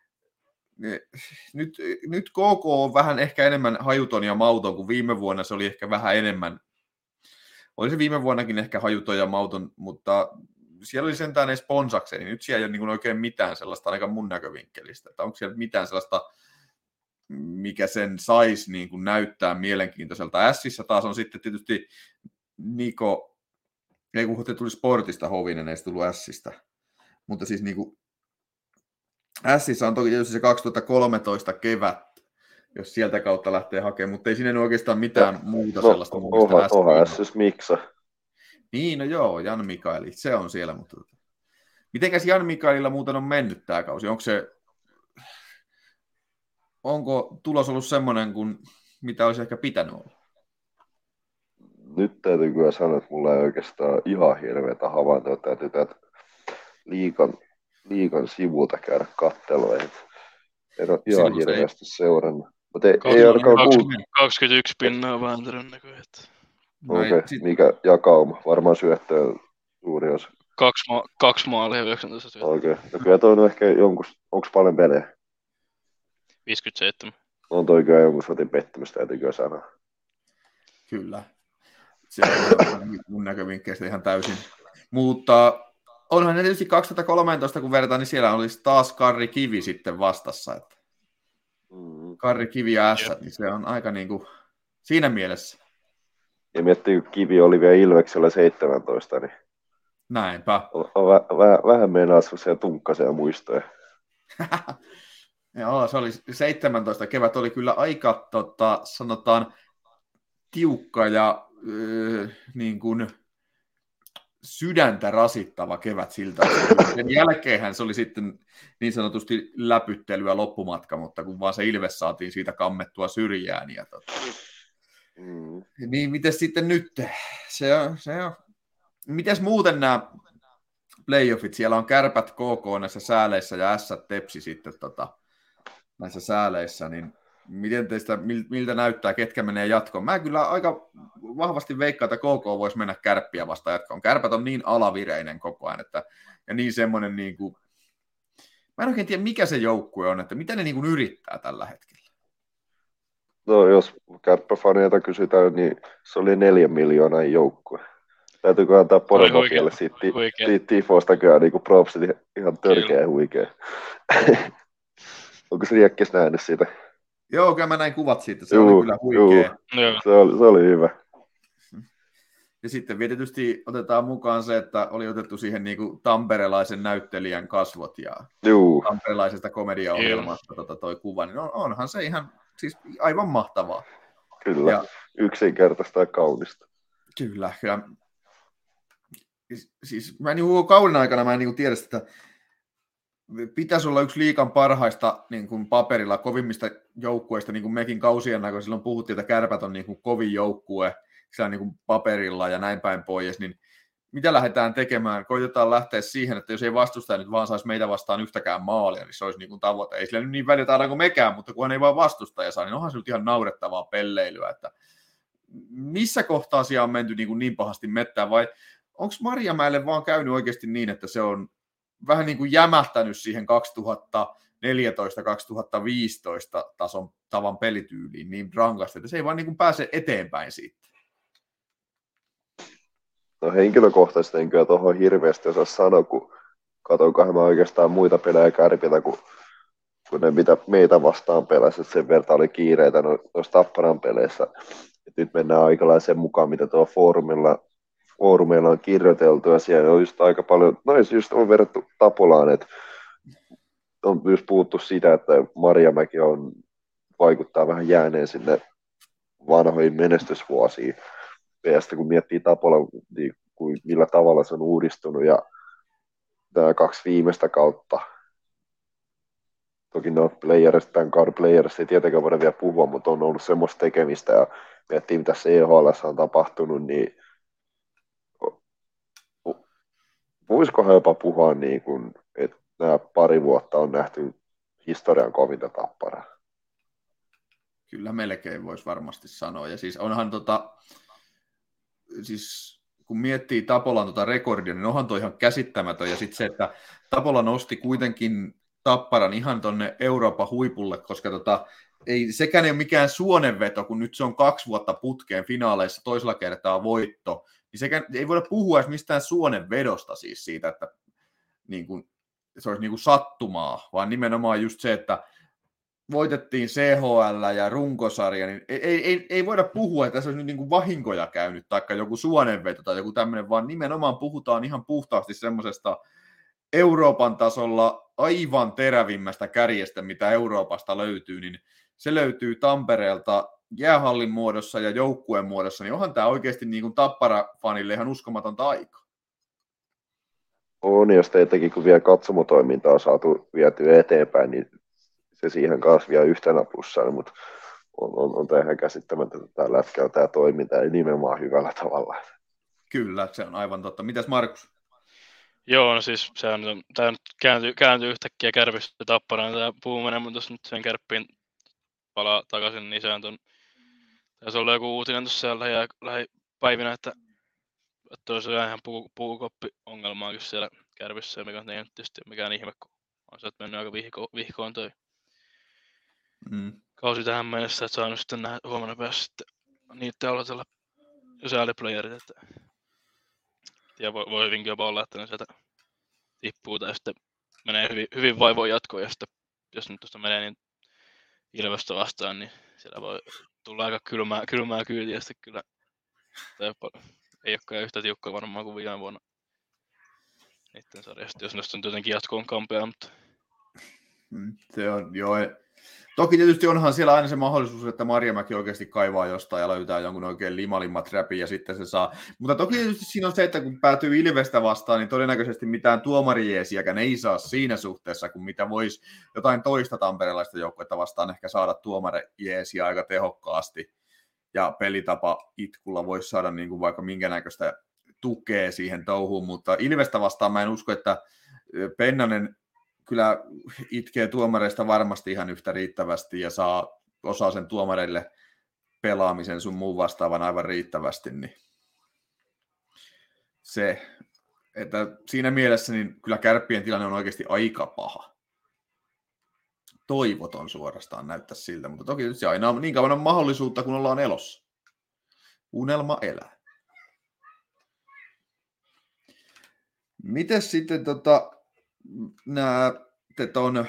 nyt, nyt K K on vähän ehkä enemmän hajuton ja mauton, kuin viime vuonna se oli ehkä vähän enemmän. Oli se viime vuonnakin ehkä hajuton ja mauton, mutta siellä oli sentään edes sponsakseen, niin nyt siellä ei ole niin oikein mitään sellaista, ainakaan mun näkövinkkelistä, että onko siellä mitään sellaista, mikä sen saisi niin kuin näyttää mielenkiintoiselta. Ässissä taas on sitten tietysti Niko, ei kun tuli Sportista Hovinen, ei se tullut Ässistä, mutta siis niin kuin Ässissä on toki tietysti se kaksituhattakolmetoista kevät, jos sieltä kautta lähtee hakemaan, mutta ei siinä ole oikeastaan mitään muuta no, sellaista mun mielestä oha, oha Ässis Miksa. Niin, no joo, Jan Mikaeli, se on siellä, mutta mitenkäs Jan Mikaelilla muuten on mennyt tämä kausi? Onko se, onko tulos ollut semmoinen kuin mitä olisi ehkä pitänyt olla? Nyt täytyy kyllä sanoa, että mulla ei oikeastaan ihan hirveätä havaintoa. Täytyy tätä liikan, liikan sivulta käydä kattelua. En ole ihan Silloin hirveästi ei... seurannut. Mutta ei, Kaksi, ei ainakaan kuulu. kaksikymmentäyksi pinnaa vaan todennäköisesti. Okei, okay. sit... mikä jakauma? Varmaan syöttöä suuri osa. Kaksi, ma- kaksi maalia yhdeksäntoista syöttöä. Okei, okay. No kyllä toi on ehkä jonkun, onko paljon pelejä? viisikymmentäseitsemän. On toi kyllä jonkun sotin pettymys, täytyy kyllä sanoa. Kyllä. Se on mun näkövinkkeistä ihan täysin. Mutta onhan ne tietysti kaksituhattakolmetoista, kun vertaan, niin siellä olisi taas Karri Kivi sitten vastassa. Että Mm. Karri Kivi ja Ässät, niin se on aika niin kuin siinä mielessä. Ja miettii, kun Kivi oli vielä Ilveksellä seitsemäntoista, niin näinpä. On, on vä- vä- vähän meinaa semmoisia tunkkaisia muistoja. Joo, se oli seitsemäntoista kevät, oli kyllä aika, tota, sanotaan, tiukka ja öö, niin kuin sydäntä rasittava kevät siltä. Sen jälkeenhän se oli sitten niin sanotusti läpyttelyä loppumatka, mutta kun vaan se Ilves saatiin siitä kammettua syrjään. Ja tota, mm. Niin miten sitten nyt? Se on, se on. Mites muuten nämä playoffit? Siellä on Kärpät K K näissä sääleissä ja Ässät Tepsi sitten tota, näissä sääleissä, niin miten teistä, miltä näyttää, ketkä menee jatkoon? Mä kyllä aika vahvasti veikkaan, että K K voisi mennä Kärppiä vastaan jatkoon. Kärpät on niin alavireinen koko ajan, että, ja niin semmoinen, niin kuin, mä en oikein tiedä, mikä se joukkue on, että mitä ne niin kuin yrittää tällä hetkellä. No jos Kärppäfaneilta kysytään, niin se oli neljän miljoonan joukkue. Täytyykö antaa Poromofielle siitä, siitä Tifosta kyllä niin kuin propsit ihan törkeä huikea. Onko se Riekkis nähnyt siitä? Joo, kyllä mä näin kuvat siitä, se juu, oli kyllä huikea. Se oli, se oli hyvä. Ja sitten tietysti otetaan mukaan se, että oli otettu siihen niin kuin tamperelaisen näyttelijän kasvot ja juu. Tamperelaisesta komediaohjelmasta tota, toi kuva, niin on, onhan se ihan siis aivan mahtavaa. Kyllä, ja, yksinkertaista ja kaunista. Kyllä, kyllä. Siis mä en niin kauden aikana mä en niin tiedä sitä, pitäisi olla yksi liigan parhaista niin kuin paperilla kovimmista joukkueista, niin kuin mekin kausien aikana silloin puhuttiin, että Kärpät on niin kuin kovin joukkue siellä niin kuin paperilla ja näin päin pois, niin mitä lähdetään tekemään? Koitetaan lähteä siihen, että jos ei vastustaja nyt vaan saisi meitä vastaan yhtäkään maalia, niin se olisi niin kuin tavoite. Ei sillä nyt niin välitä kuin mekään, mutta kun ei vaan vastustaja saa, niin onhan se nyt ihan naurettavaa pelleilyä, että missä kohtaa siellä on menty niin, kuin niin pahasti mettään, vai onko Marjamäelle vaan käynyt oikeasti niin, että se on vähän niin kuin jämähtänyt siihen kaksituhattaneljätoista kaksituhattaviisitoista tason tavan pelityyliin niin rankasti, että se ei vaan niin kuin pääse eteenpäin siitä. No henkilökohtaisesti en kyllä tuohon hirveästi osaa sanoa, kun katsonkohan mä oikeastaan muita pelejä Kärpiltä, kun, kun ne mitä meitä vastaan pelasi, että sen verta oli kiireitä no, noissa Tapparan peleissä. Et nyt mennään aikalaisen sen mukaan, mitä tuo foorumilla foorumeilla on kirjoiteltu, ja siellä on just aika paljon, no just on verrattu Tapolaan, että on myös puhuttu sitä, että Marjamäki on, vaikuttaa vähän jääneen sinne vanhoihin menestysvuosiin. Ja sitten kun miettii Tapola, niin kuin millä tavalla se on uudistunut, ja nämä kaksi viimeistä kautta, toki no playerista, tämän kauden playerista ei tietenkään voida vielä puhua, mutta on ollut semmoista tekemistä, ja miettii mitä se E H L on tapahtunut, niin voisikohan jopa puhua niin kuin, että nämä pari vuotta on nähty historian kovinta Tapparaa? Kyllä melkein voisi varmasti sanoa. Ja siis onhan tota, siis kun miettii Tapolan tota rekordia, niin onhan toi ihan käsittämätön. Ja sitten se, että Tapola nosti kuitenkin Tapparan ihan tonne Euroopan huipulle, koska tota, ei, sekään ei ole mikään suonenveto, kun nyt se on kaksi vuotta putkeen finaaleissa, toisella kertaa voitto. Niin sekään, ei voida puhua edes mistään suonenvedosta siis siitä, että niin kuin, se olisi niin kuin sattumaa, vaan nimenomaan just se, että voitettiin C H L ja runkosarja, niin ei, ei, ei voida puhua, että tässä olisi nyt niin kuin vahinkoja käynyt, tai joku suonenveto tai joku tämmöinen, vaan nimenomaan puhutaan ihan puhtaasti semmoisesta Euroopan tasolla aivan terävimmästä kärjestä, mitä Euroopasta löytyy, niin se löytyy Tampereelta jäähallin muodossa ja joukkueen muodossa, niin onhan tämä oikeasti niin kuin Tappara-fanille ihan uskomatonta aikaa. On, jos teitäkin, kun vielä katsomotoimintaa on saatu vietyä eteenpäin, niin se siihen kanssa vielä yhtenä plussana, mutta on, on, on tämä ihan käsittämätöntä, että tämä lätkä on tämä toiminta, ja nimenomaan hyvällä tavalla. Kyllä, se on aivan totta. Mitäs Markus? Joo, no siis se on, tämä nyt kääntyy, kääntyy yhtäkkiä Kärpistä Tapparaan tämä puuminen, mutta jos nyt sen Kärppiin palaa takaisin, niin se on ton, tässä on ollut joku uutinen tuossa lähi, lähipäivinä, että, että olisi ihan puu, puukoppi-ongelmaakin siellä Kärpissä, mikä on tietysti mikään ihme, kun on sieltä mennyt aika vihko, vihkoon toi mm. kausi tähän mennessä, että saanut sitten nähdä huomenna päässä sitten niitä aloitella sääliplayerit, että ja voi, voi hyvinkin jopa olla, että ne sieltä tippuu tai sitten menee hyvin, hyvin vaivoin jatkoon ja sitten jos nyt tuosta menee niin Ilvestä vastaan, niin siellä voi tulla aika kylmää, kylmää kyytiä sitten kyllä. Tai ei olekaan yhtä tiukkaa varmaan kuin viime vuonna niiden sarjasta, jos noista on jotenkin jatkoon kampea, mutta se on, joo. Toki tietysti onhan siellä aina se mahdollisuus, että Marjamäki oikeasti kaivaa jostain ja löytää jonkun oikein limalimmat räpin ja sitten se saa. Mutta toki tietysti siinä on se, että kun päätyy Ilvestä vastaan, niin todennäköisesti mitään tuomarijeesiäkään ei saa siinä suhteessa, kun mitä voisi jotain toista tamperelaista joukkuetta vastaan ehkä saada tuomarijeesiä aika tehokkaasti. Ja pelitapa itkulla voisi saada niin kuin vaikka minkä näköistä tukea siihen touhuun, mutta Ilvestä vastaan mä en usko, että Pennanen kyllä itkee tuomareista varmasti ihan yhtä riittävästi ja saa osaa sen tuomareille pelaamisen sun muun vastaavan aivan riittävästi, niin se, että siinä mielessä niin kyllä Kärppien tilanne on oikeasti aika paha. Toivoton suorastaan näyttää siltä, mutta toki se aina on niin kauan on mahdollisuutta, kun ollaan elossa. Unelma elää. Mites sitten tota nämä on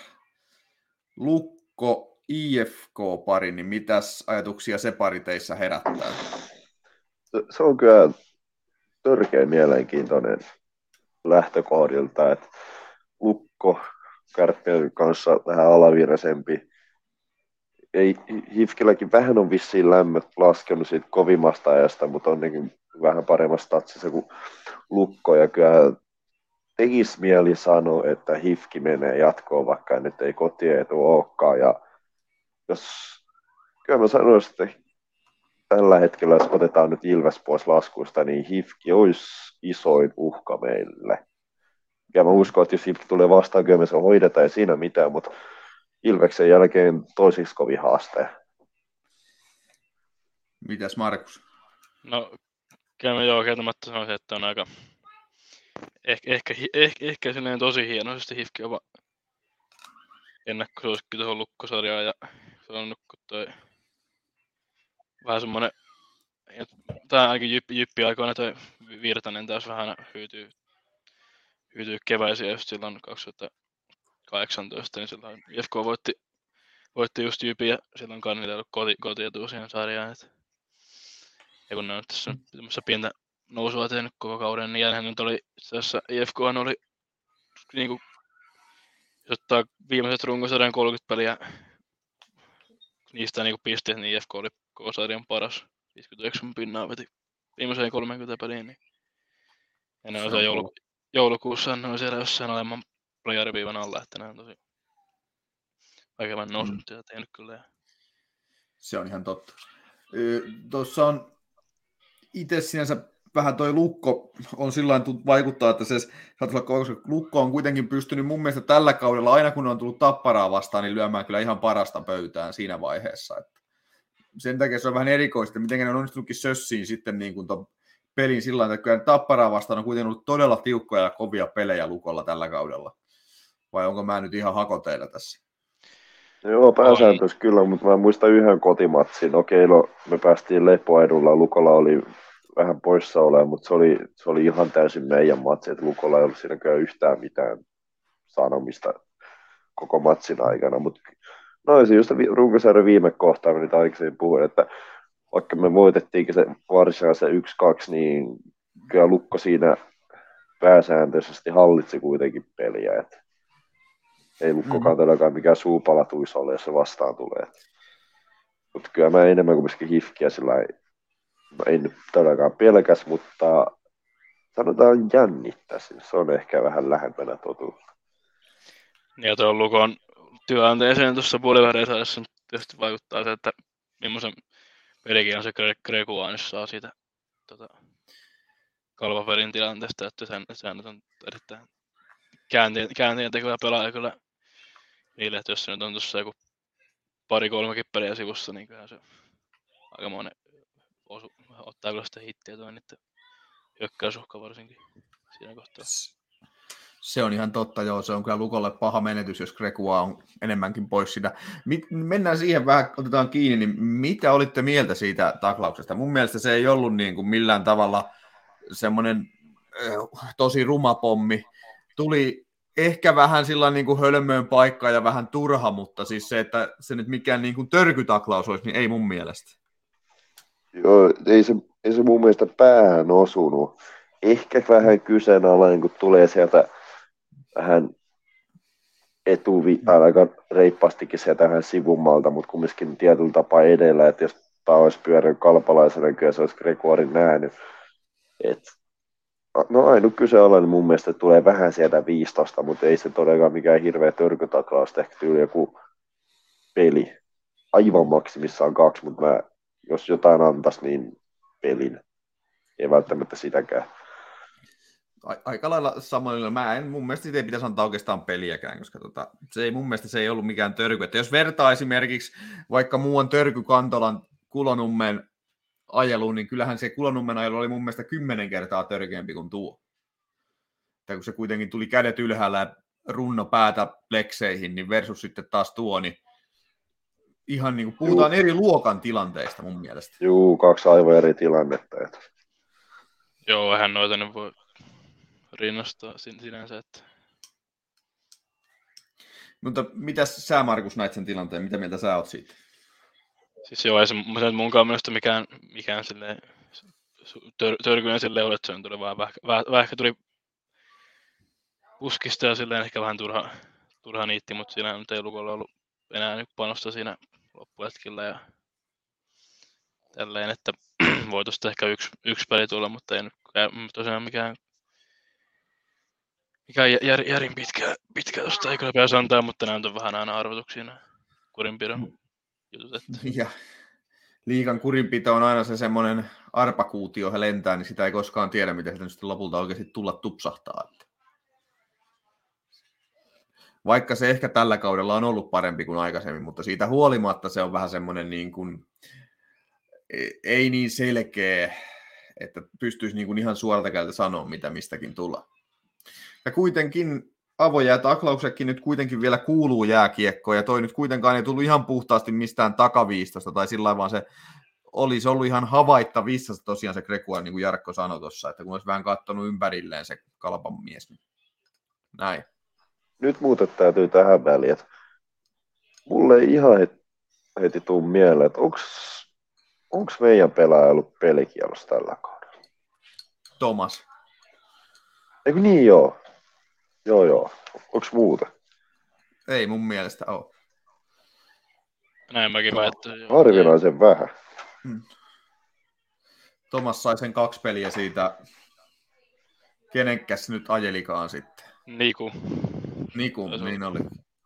Lukko I F K-pari, niin mitäs ajatuksia se pari teissä herättää? Se on kyllä törkeän mielenkiintoinen lähtökohdilta, että Lukko Kärppien kanssa vähän alaviraisempi. Ei, Hifkilläkin vähän on vissiin lämmöt laskenut siitä kovimmasta ajasta, mutta on niin vähän paremmassa tatsissa kuin Lukko, ja kyllä tekisi mieli sanoa, että Hifki menee jatkoon, vaikka nyt ei kotietu olekaan. Ja jos, kyllä mä sanoisin, että tällä hetkellä, jos otetaan nyt Ilves pois laskusta, niin Hifki olisi isoin uhka meille. Ja mä uskon, että jos Hifki tulee vastaan, kyllä me se hoidetaan, ei siinä mitään, mutta Ilveksen jälkeen toisiksi kovin haaste. Mitäs Markus? No, kyllä mä joo kieltämättä sanoisin, että on aika ehkä, ehkä, ehkä, ehkä silleen tosi hienosti Hifki jopa ennakkosuosikki tuohon Lukkosarjaan ja se on nyt kun toi vähän semmonen, tää ainakin jyppi, jyppi aikoina toi Virtanen taas vähän hyytyy, hyytyy keväisiä just silloin kaksituhattakahdeksantoista, niin silloin I F K voitti, voitti just Jypin ja silloin kannilla ei ollut koti, kotietua siihen sarjaan. Et, ja kun ne on tässä pientä nousua tehnyt koko kauden, niin jälleen nyt oli tässä I F K oli niinku, jos ottaa viimeiset runkosarjan kolmekymmentä peliä, niistä niinku pisteet, niin I F K oli koko sarjan paras. viisikymmentäyhdeksän pinnaa veti viimeiseen kolmekymmentä peliin. Niin. Ja ne on se joulu, joulukuussa ne on siellä jossain alemman playeriviivan alla, että ne on tosi väkevän nousun mm. siellä tehnyt kyllä. Se on ihan totta. Tuossa on itse sinänsä vähän toi Lukko on sillain vaikuttaa, että se koska Lukko on kuitenkin pystynyt mun mielestä tällä kaudella, aina kun on tullut Tapparaa vastaan, niin lyömään kyllä ihan parasta pöytään siinä vaiheessa. Että sen takia se on vähän erikoista, miten ne on onnistunutkin sössiin sitten niin kuin ton pelin sillä tavalla, että kyllä Tapparaa vastaan on kuitenkin ollut todella tiukkoja ja kovia pelejä Lukolla tällä kaudella. Vai onko mä nyt ihan hakoteilla tässä? Joo, pääsääntöisesti kyllä, mutta mä muistan yhden kotimatsin. Okei, no, me päästiin lepoedulla, Lukolla oli vähän poissa olemaan, mutta se oli, se oli ihan täysin meidän matsi, että Lukolla ei ollut siinäkään yhtään mitään sanomista koko matsin aikana. Mut, no se just Runkosäären viime kohtaaminen, mitä aikaisemmin puhuin, että vaikka me voitettiinkin se varsinaisen yksi kaksi, niin kyllä Lukko siinä pääsääntöisesti hallitsi kuitenkin peliä. Et ei Lukkokaan mm. todellakaan mikään suupalatuis ole, jos se vastaan tulee. Mutta kyllä mä enemmän kuin hifkiä sillä no ei nyt todellakaan pelkäs, mutta sanotaan jännittäisin. Se on ehkä vähän lähempänä totuutta. Ja tuo Lukon työnteeseen tuossa puoliväreissä tietysti vaikuttaa se, että millaisen pelikin on se Gregua, jos saa siitä tota, Kalvaverin tilanteesta, että sen, sen on erittäin käänteen, käänteen tekoja pelaaja kyllä niille, että jos se nyt on tuossa joku pari-kolmekin peliä sivussa, niin kyllä se aikamoinen osu, ottaa kyllä sitä hittiä tuon niiden hyökkäysuhka varsinkin siinä kohtaa. Se on ihan totta, joo. Se on kyllä Lukolle paha menetys, jos Gregua on enemmänkin pois sitä. Mennään siihen vähän, otetaan kiinni, niin mitä olitte mieltä siitä taklauksesta? Mun mielestä se ei ollut niin kuin millään tavalla semmoinen äh, tosi ruma pommi. Tuli ehkä vähän sillä niin kuin hölmöön paikkaan ja vähän turha, mutta siis se, että se nyt mikään niin kuin törkytaklaus olisi, niin ei mun mielestä. Joo, ei se, ei se mun mielestä päähän osunut. Ehkä vähän kyseenalainen, kun tulee sieltä vähän etuvi, aika reippaastikin sieltä vähän sivummalta, mutta kumminkin tietyllä tapaa edellä, että jos tämä olisi pyörinyt kalpalaisena, niin kyllä se olisi Gregorin nähnyt. Et, no ainut kyseenalainen mun mielestä tulee vähän sieltä viisitoista, mutta ei se todellakaan mikään hirveä törkytaklaus, ehkä tyyli joku peli. Aivan maksimissaan kaksi, mutta mä, jos jotain antaisi, niin pelin. Ei välttämättä sitäkään. Aika lailla samoin, mä en, mun mielestä siitä ei pitäisi antaa oikeastaan peliäkään, koska tota, se ei, mun mielestä se ei ollut mikään törky. Että jos vertaa esimerkiksi vaikka muuan törky Kantolan Kulonummen ajeluun, niin kyllähän se Kulonummen ajelu oli mun mielestä kymmenen kertaa törkeämpi kuin tuo. Tai kun se kuitenkin tuli kädet ylhäällä ja runno päätä lekseihin, niin versus sitten taas tuo, niin ihan niin kuin puhutaan Juu. eri luokan tilanteista mun mielestä. Juu, kaksi aivan eri tilannetta. Että. Joo, vähän noita ne voi rinnastaa sinänsä. Että. Mutta mitäs sä, Markus, näit sen tilanteen? Mitä mieltä sä oot siitä? Siis joo, ei se munkaan mielestä mikään, mikään silleen tör, törkyinen silleen ole, että se tuli vaan vähän, vähän, vähän ehkä tuli puskista ja silleen ehkä vähän turha, turha niitti, mutta siinä nyt ei Lukolla ollut enää nyt panosta siinä loppuhetkillä ja tälleen, että voi tuosta ehkä yksi, yksi peli tulla, mutta ei nyt tosiaan mikään mikään jär, järin pitkä, pitkä tuosta ei kyllä pääse antaa, mutta nämä on vähän aina arvotuksia nämä kurinpidon jutut. Että. Ja liigan kurinpito on aina se semmoinen arpakuutio, johon lentää, niin sitä ei koskaan tiedä, miten se sitten lopulta oikeasti tulla tupsahtaa. Vaikka se ehkä tällä kaudella on ollut parempi kuin aikaisemmin, mutta siitä huolimatta se on vähän semmoinen niin kuin, ei niin selkeä, että pystyisi niin kuin ihan suoralta kädeltä sanoa, mitä mistäkin tulla. Ja kuitenkin avoja ja taklauksetkin nyt kuitenkin vielä kuuluu jääkiekkoon, ja toi nyt kuitenkaan ei tullut ihan puhtaasti mistään takaviistosta, tai sillä vaan se olisi ollut ihan havaittavissa tosiaan se Gregua, niin kuin Jarkko sanoi tuossa, että kun olisi vähän katsonut ympärilleen se Kalpan mies. Niin näin. Nyt muuten täytyy tähän väliin, että mulle ei ihan heti, heti tuu mieleen, että onko meidän pelaaja ollut pelikielossa tällä kaudella? Thomas. Eikö niin joo? Joo joo. Onko muuta? Ei mun mielestä ole. Näin mäkin väittäisin. Harvinaisen vähän. Hmm. Thomas sai sen kaksi peliä siitä. Kenenkäs nyt ajelikaan sitten? Niku. Niku, niin oli.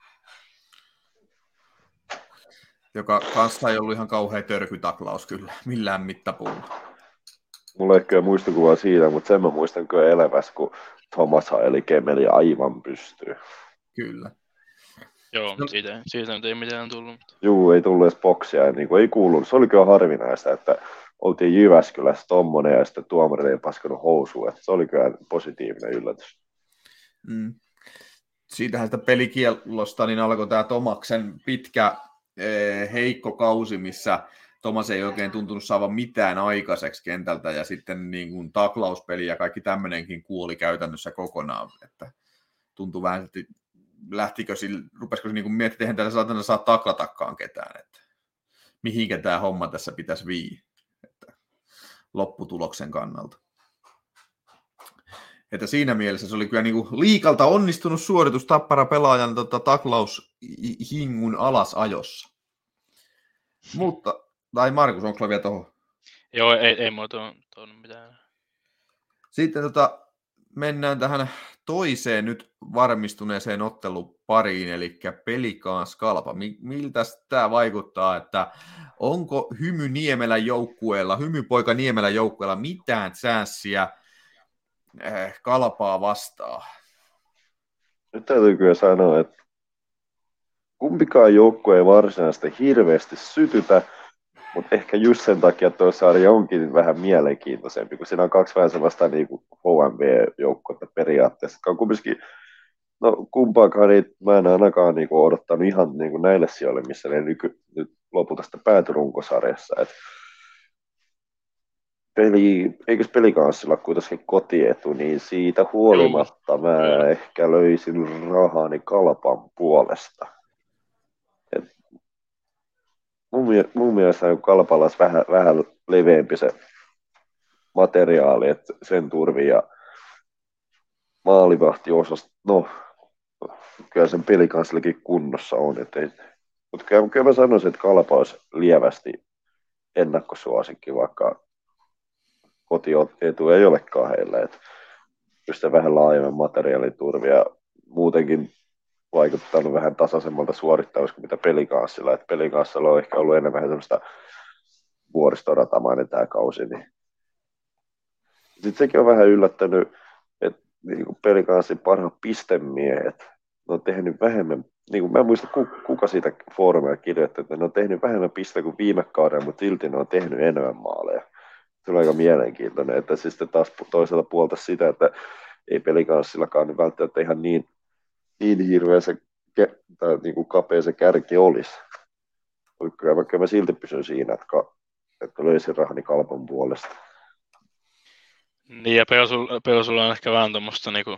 Joka kanssa ei ollut ihan kauhea törkytaklaus kyllä, millään mittapuulla. Mulla ei kyllä muistikuvaa siitä, mutta sen mä muistan kyllä elävässä, kun Thomas eli kemeli aivan pystyy. Kyllä. Joo, no. siitä, siitä nyt ei mitään tullut. Juu, ei tullut edes boksia, niin kuin ei kuulunut. Se oli kyllä harvinaista, että oltiin Jyväskylässä tommonen ja sitten tuomarit ei paskanut housua. Että se oli kyllä positiivinen yllätys. Mm. Siitähän sitä pelikiellosta niin alkoi tämä Tomaksen pitkä eh, heikko kausi, missä Tomas ei oikein tuntunut saavan mitään aikaiseksi kentältä, ja sitten niin kuin taklauspeli ja kaikki tämmöinenkin kuoli käytännössä kokonaan. Että tuntui vähän, että lähtikö sille, rupesiko se niin kuin miettiä, että eihän täällä saa taklatakaan ketään, että mihinkä tämä homma tässä pitäisi viiä, että lopputuloksen kannalta. Että siinä mielessä se oli kyllä niin kuin liikalta onnistunut suoritus Tappara pelaajan tota, taklaushingun alasajossa. Mutta, tai Markus, onko vielä tuohon? Joo, ei, ei mulla tuon, tuon mitään. Sitten tota, mennään tähän toiseen nyt varmistuneeseen ottelupariin, eli Pelikans Kalpa. Miltä tämä vaikuttaa, että onko Hymy Niemelän joukkueella, Hymypoika Niemelän joukkueella mitään chanssiä Kalpaa vastaan? Nyt täytyy kyllä sanoa, että kumpikaan joukkue ei varsinaisesti hirveästi sytytä, mutta ehkä just sen takia tuo sarja onkin vähän mielenkiintoisempi, kun siinä on kaksi vähän sellaista niin kuin H M V-joukkuetta periaatteessa, jotka on kumminkin, no kumpaakaan niitä mä en ainakaan niin kuin odottanut ihan niin kuin näille sijoille, missä ne nyky, nyt lopulta sitten päätyi runkosarjassa. Et peli, eikös Pelikanssilla kuitenkin kotietu, niin siitä huolimatta mä Joo. ehkä löysin rahani Kalpan puolesta. Et mun, mun mielestä Kalpalla olisi vähän, vähän leveämpi se materiaali, että sen turvin ja maalivahtiosasta, no kyllä sen Pelikanssillakin kunnossa on. Mutta kyllä, kyllä mä sanoisin, että Kalpa olisi lievästi ennakkosuosikki, vaikka kotietu ei olekaan heillä, että pystyy vähän laajemman materiaaliturvi ja muutenkin vaikuttanut vähän tasaisemmalta suorittavuus kuin mitä Pelikanssilla, että Pelikanssilla on ehkä ollut enemmän semmoista vuoristoratamainen tämä kausi, niin sitten sekin on vähän yllättänyt, että niin Pelikanssin parhaat pistemiehet, ne on tehnyt vähemmän, niin kuin mä en muista kuka siitä foorumilla kirjoitti, että ne on tehnyt vähemmän pisteitä kuin viime kaudella, mutta silti ne on tehnyt enemmän maaleja. Se on aika mielenkiintoinen, että siis taas toisella puolta sitä, että ei Pelikanssillakaan niin välttämättä ihan niin, niin hirveä se tai niin kuin kapea se kärki olisi. Kyllä mä, kyllä mä silti pysyn siinä, että, että löysin rahani Kalpan puolesta. Niin ja Pelsulla on ehkä vähän tuommoista niinku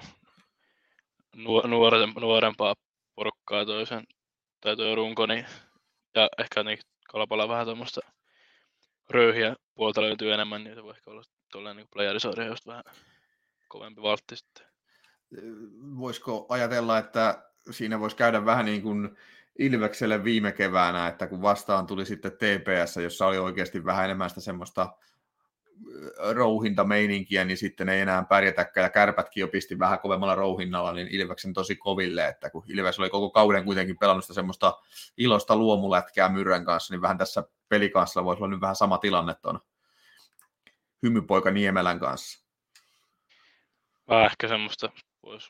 nuorempaa porukkaa toisen, tai tuo runko, niin, ja ehkä niin Kalpalla vähän tuommoista röyhiä puolta löytyy enemmän, niin se voi ehkä olla tuollainen niin playerisarja just vähän kovempi valtti sitten. Voisiko ajatella, että siinä voisi käydä vähän niin kuin Ilvekselle viime keväänä, että kun vastaan tuli sitten T P S, jossa oli oikeasti vähän enemmän sitä semmoista rouhintameininkiä, niin sitten ei enää pärjätäkään, ja Kärpätkin jo pisti vähän kovemmalla rouhinnalla, niin Ilveksen tosi koville, että kun Ilves oli koko kauden kuitenkin pelannut sitä semmoista ilosta luomulätkää Myrrän kanssa, niin vähän tässä Pelikanssilla voisi olla nyt vähän sama tilanne tuon Hymypoika Niemelän kanssa. Vähän ehkä semmoista voisi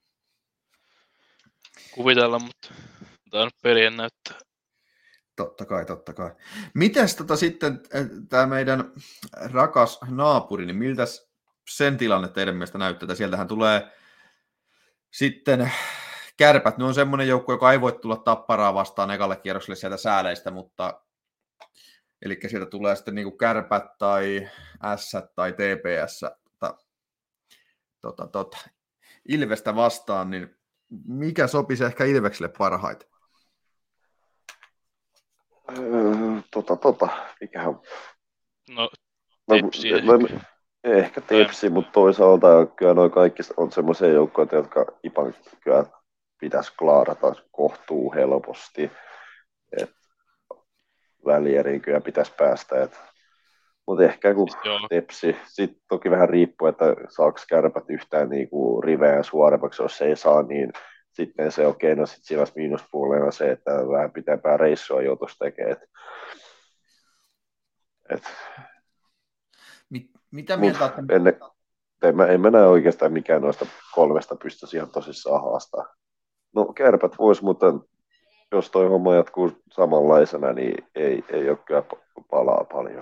kuvitella, mutta tämä on pelien näyttää. Totta kai, totta kai. Mites tota sitten tämä meidän rakas naapuri, niin miltä sen tilanne teidän mielestä näyttää? Sieltähän tulee sitten Kärpät. Ne on semmoinen joukko, joka ei voi tulla Tapparaa vastaan ekalle kierrokselle sieltä sääleistä, mutta eli sieltä tulee sitten niinku Kärpät tai S tai T P S tota, tota, tota, Ilvestä vastaan, niin mikä sopisi ehkä Ilvekselle parhaiten? Öö, tota, tota, mikähän... No, Tepsi no, ehkä. No, ehkä Tepsi, mutta toisaalta kyllä nuo kaikki on semmoisia joukkoja, jotka Ipan kyllä pitäisi klaarata kohtuu helposti. Et välieriin kyllä pitäisi päästä. Et, mutta ehkä kun siis Tepsi, sitten toki vähän riippuu, että saako Kärpät yhtään niinku rivejä suoremmaksi, jos ei saa, niin sitten se okei, okay, no sitten siinä olisi miinuspuolella se, että vähän pitempää reissua joutuisi tekemään. Et, et, Mit, mitä mieltä olette? En mä, en mä näe oikeastaan mikään noista kolmesta pystyisi ihan tosissaan haastaa. No Kärpät voisi, mutta jos toi homma jatkuu samanlaisena, niin ei, ei ole kyllä palaa paljon.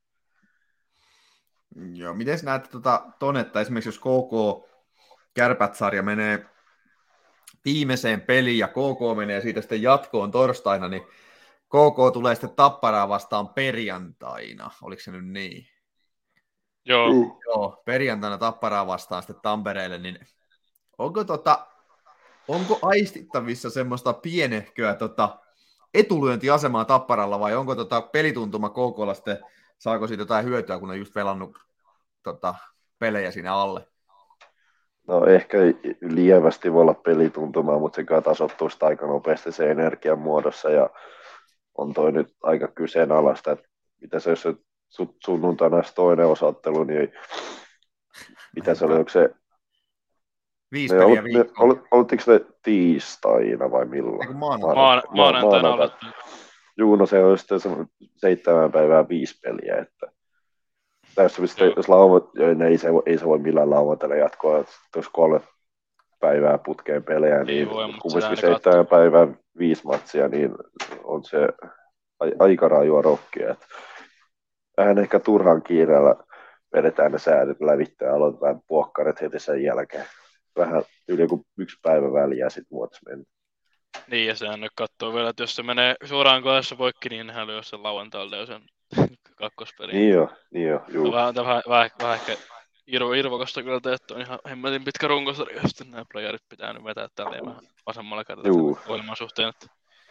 Joo, miten näette tota, ton, että esimerkiksi jos K K Kärpät-sarja menee viimeiseen peliin ja K K menee siitä sitten jatkoon torstaina, niin K K tulee sitten Tapparaa vastaan perjantaina, oliko se nyt niin? Joo. Uh. Joo, perjantaina Tapparaa vastaan sitten Tampereelle, niin onko, tota, onko aistittavissa semmoista pienehköä tota, etulyöntiasemaa Tapparalla vai onko tota, pelituntuma K K:lla sitten, saako siitä jotain hyötyä, kun on just pelannut tota, pelejä sinne alle? No ehkä lievästi voi olla pelituntumaa, mutta se kyllä tasoittuu sitä aika nopeasti se energian muodossa ja on toi nyt aika kyseenalaista, että mitä se, jos sunnuntaina toinen osaottelu, niin mitä se oli, onko se... Viisi peliä olut, viikkoa. Ol, oltiinko ne tiistaina vai milloin? Maanantaina. Maanantaina aloittaa. Juu, no se on sitten seitsemän päivää viisi peliä, että tässä sitten, jos lauvat, ne ei se, ei se voi millään lauantaina jatkoa, että jos kolme päivää putkeen pelejä, niin kumminkin seitsemän päivän viisi matsia, niin on se aika rajua rokkia. Että vähän ehkä turhan kiireellä vedetään ne säädöt lävitteen ja aloitetaan puokkaret heti sen jälkeen. Vähän yli kuin yksi päivä väliä sitten vuotta mennä. Niin, ja sehän nyt katsoo vielä, että jos se menee suoraan kohdassa poikki, niin nehän lyö sen lauantaille jo sen kakkospeliin. Niin jo, niin jo, juu. Vähän, vähän, vähän, vähän ehkä irvo, irvokasta kyllä teetty, on ihan hemmetin pitkä runkosarja, ja sitten nämä playerit pitää nyt vetää tälleen vähän vasemmalla kädellä ohjelman suhteen. Että...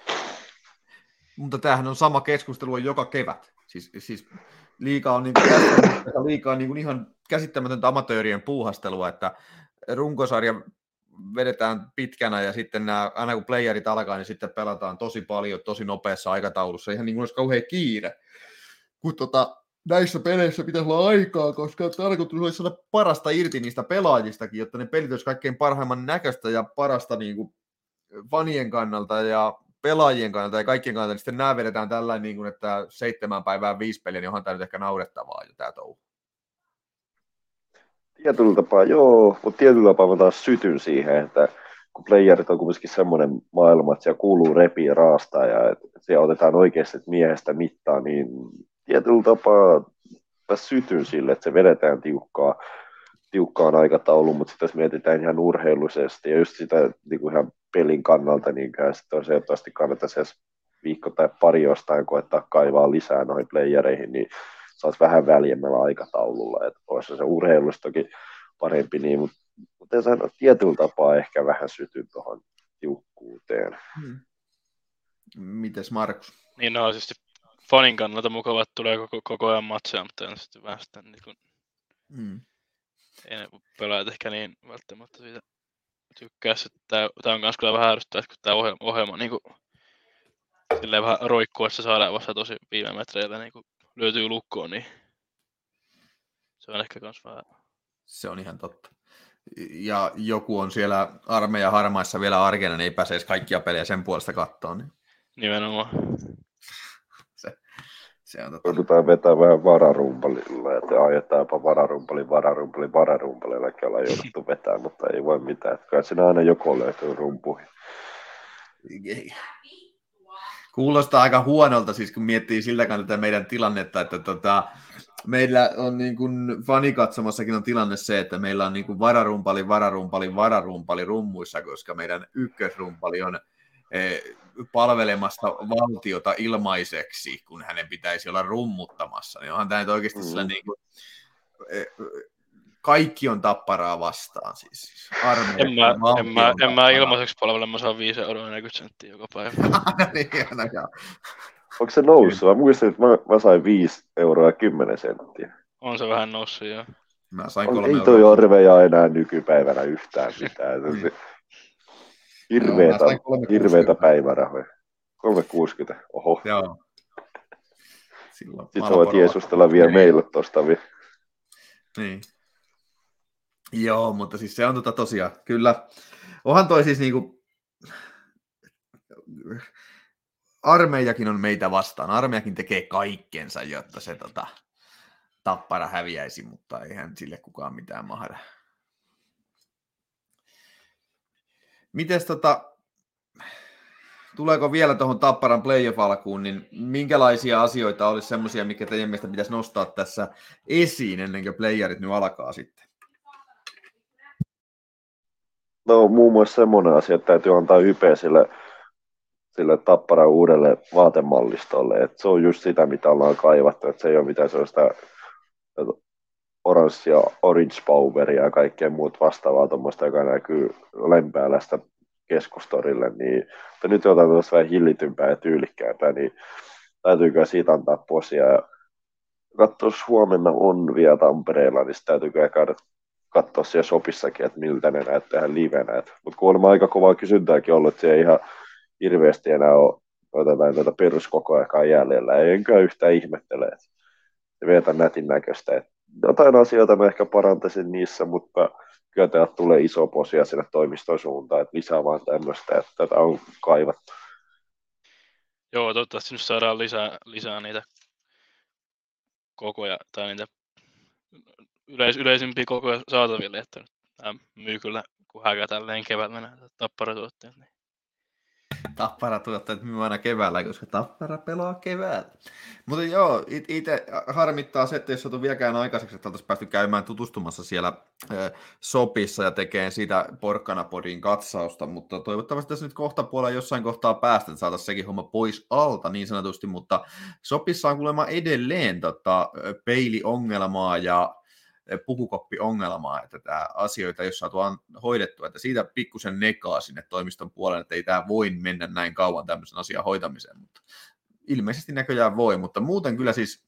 Mutta tämähän on sama keskustelu joka kevät. Siis, siis liiga on, niin kuin, liiga on niin kuin ihan käsittämätöntä amatöörien puuhastelua, että runkosarja vedetään pitkänä ja sitten nämä, aina kun playerit alkaa, niin sitten pelataan tosi paljon, tosi nopeassa aikataulussa. Ihan niin kuin olisi kauhean kiire. Kun tota, näissä peleissä pitäisi olla aikaa, koska tarkoitus olisi saada parasta irti niistä pelaajistakin, jotta ne pelit olisi kaikkein parhaimman näköistä ja parasta niin kuin fanien kannalta ja pelaajien kannalta ja kaikkien kannalta, niin sitten nämä vedetään tällainen, niin kuin, että seitsemän päivää viisi peliä, niin onhan tämä nyt ehkä naurettavaa jo tämä touhu. Tietyllä tapaa joo, mutta tietyllä tapaa mä taas sytyn siihen, että kun playerit on kuitenkin semmoinen maailma, että siellä kuuluu repiä raastaa ja että siellä otetaan oikeasti miehestä mittaa, niin tietyllä tapaa mä sytyn sille, että se vedetään tiukkaa, tiukkaan aikatauluun, mutta sitten jos mietitään ihan urheiluisesti ja just sitä niin kuin ihan pelin kannalta, niin sitten on se, että kannattaisi edes viikko tai pari jostain koettaa kaivaa lisää noihin playereihin, niin saisi vähän väljemmällä aikataululla, että olisi se urheilustakin parempi, niin, mutta, mutta en sano, tietyllä tapaa ehkä vähän sytyn tuohon tiukkuuteen. Hmm. Mites Markus? Niin no siis fanin kannalta mukava, että tulee koko, koko ajan matseja, mutta en sitten vähän sitä niin kuin, hmm. ei ne pelaajat ehkä niin välttämättä siitä tykkää, että tämä, tämä on myös kyllä vähän ärsyttää, että kun tämä ohjelma, ohjelma niin kuin, silleen vähän roikkuu, että se saadaan vasta tosi viime metreillä niin kuin löytyy lukkoon, niin se on ehkä kans vähän... Se on ihan totta. Ja joku on siellä armeija harmaissa vielä arkena, niin ei pääse edes kaikkia pelejä sen puolesta katsoa. Niin... Nimenomaan. Se, se on totta. Joudutaan vetää vähän vararumpalilla, että ajetaanpa vararumpalin, vararumpalin, vararumpalilla, ollaan jouduttu vetää, mutta ei voi mitään. Kai siinä aina joko löytyy rumpuihin. Ei. Kuulostaa aika huonolta, siis kun miettii siltä kannalta meidän tilannetta, että tota, meillä on niin kuin fanikatsomassakin on tilanne se, että meillä on niin kuin vararumpali, vararumpali, vararumpali rummuissa, koska meidän ykkösrumpali on eh, palvelemassa valtiota ilmaiseksi, kun hänen pitäisi olla rummuttamassa. Niin onhan tämä nyt oikeasti mm. sellainen niin kuin, eh, kaikki on Tapparaa vastaan. Siis. Armeija, en mä, en mä, en mä ilmaiseksi palvelemaan saa viisi euroa neljäkymmentä senttiä joka päivä. niin, no, joo. Onko se noussut? Mä muistin, että mä, mä sain viisi euroa ja kymmenen senttiä. On se vähän noussut, joo. Mä sain on, kolme ei euroa. toi armeija enää nykypäivänä yhtään mitään. niin. Hirveetä, no, hirveetä päivärahoja. kolme kuusikymmentä, oho. Joo. Silloin Sitten sä voit jeesustella vielä meille tosta vielä. Niin. Joo, mutta siis se on tota tosiaan, kyllä. Onhan toi siis niinku, armeijakin on meitä vastaan. Armeijakin tekee kaikkensa, jotta se tota, Tappara häviäisi, mutta eihän sille kukaan mitään mahda. Mites tota, tuleeko vielä tuohon Tapparan playoff-alkuun, niin minkälaisia asioita olisi semmoisia, mikä teidän mielestä pitäisi nostaa tässä esiin ennen kuin playerit nyt alkaa sitten? No muun muassa semmoinen asia, että täytyy antaa hypeä sille, sille Tapparan uudelle vaatemallistolle, että se on just sitä, mitä ollaan kaivattu, että se ei ole mitään sellaista oranssia, orange poweria ja kaikkea muut vastaavaa tuommoista, joka näkyy Lempäälästä keskustorille, niin mutta nyt jotain tuossa vähän hillitympää ja tyylikkäämpää, niin täytyykö siitä antaa posia. Ja katsoa, jos huomenna on vielä Tampereella, niin täytyykö käydä katsoa siellä Shopissakin, että miltä ne näyttää livenä. Mutta kuulemma aika kovaa kysyntääkin ollut, että siellä ihan hirveästi enää ole noita, noita peruskokoakaan jäljellä. Ei enkä yhtään ihmettele, että se vietä nätin näköistä. Et jotain asioita mä ehkä parantaisin niissä, mutta kyllä täältä tulee iso posia sinne toimiston suuntaan, että lisää vaan tämmöistä, että tätä on kaivattu. Joo, toivottavasti nyt saadaan lisää, lisää niitä kokoja tai niitä yleis, yleisimpiä kokoja saataville, että tämä myy kyllä kun häkä tälleen keväällä nämä Tappara-tuotteet. Niin. Tappara-tuotteet myy aina keväällä, koska Tappara pelaa keväällä. Mutta joo, itse harmittaa se, että jos saatu vieläkään aikaiseksi, että oltaisiin päästy käymään tutustumassa siellä äh, Shopissa ja tekemään siitä Porkkanapodin katsausta, mutta toivottavasti tässä nyt kohta puolella jossain kohtaa päästä, että saataisiin sekin homma pois alta niin sanotusti, mutta Shopissa on kuulemma edelleen tota, peiliongelmaa ja pukukoppiongelmaa, että tämä asioita ei ole saatu hoidettua, että siitä pikkusen nekaa sinne toimiston puolelle, että ei tämä voi mennä näin kauan tämmöisen asian hoitamiseen, mutta ilmeisesti näköjään voi, mutta muuten kyllä siis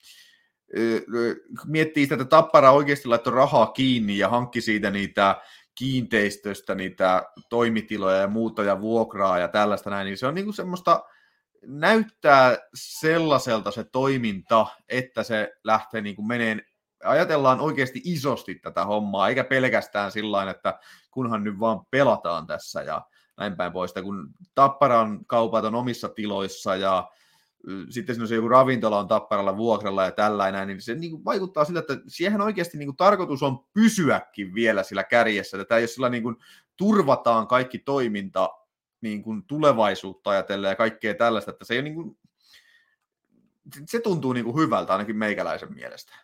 miettii sitä, että Tappara oikeasti laittoi rahaa kiinni ja hankki siitä niitä kiinteistöstä, niitä toimitiloja ja muuta ja vuokraa ja tällaista näin, niin se on niinku semmoista, näyttää sellaiselta se toiminta, että se lähtee niinku meneen, ajatellaan oikeasti isosti tätä hommaa, eikä pelkästään sillä että kunhan nyt vaan pelataan tässä ja näin päin pois. Kun Tapparan kaupat on omissa tiloissa ja sitten siinä on se joku ravintola on Tapparalla vuokralla ja tällainen, niin se niin vaikuttaa siltä, että siihen oikeasti niin tarkoitus on pysyäkin vielä sillä kärjessä. Että jos sillä niin turvataan kaikki toiminta niin tulevaisuutta ajatellen ja kaikkea tällaista, että se, ei niin kuin, se tuntuu niin hyvältä ainakin meikäläisen mielestä.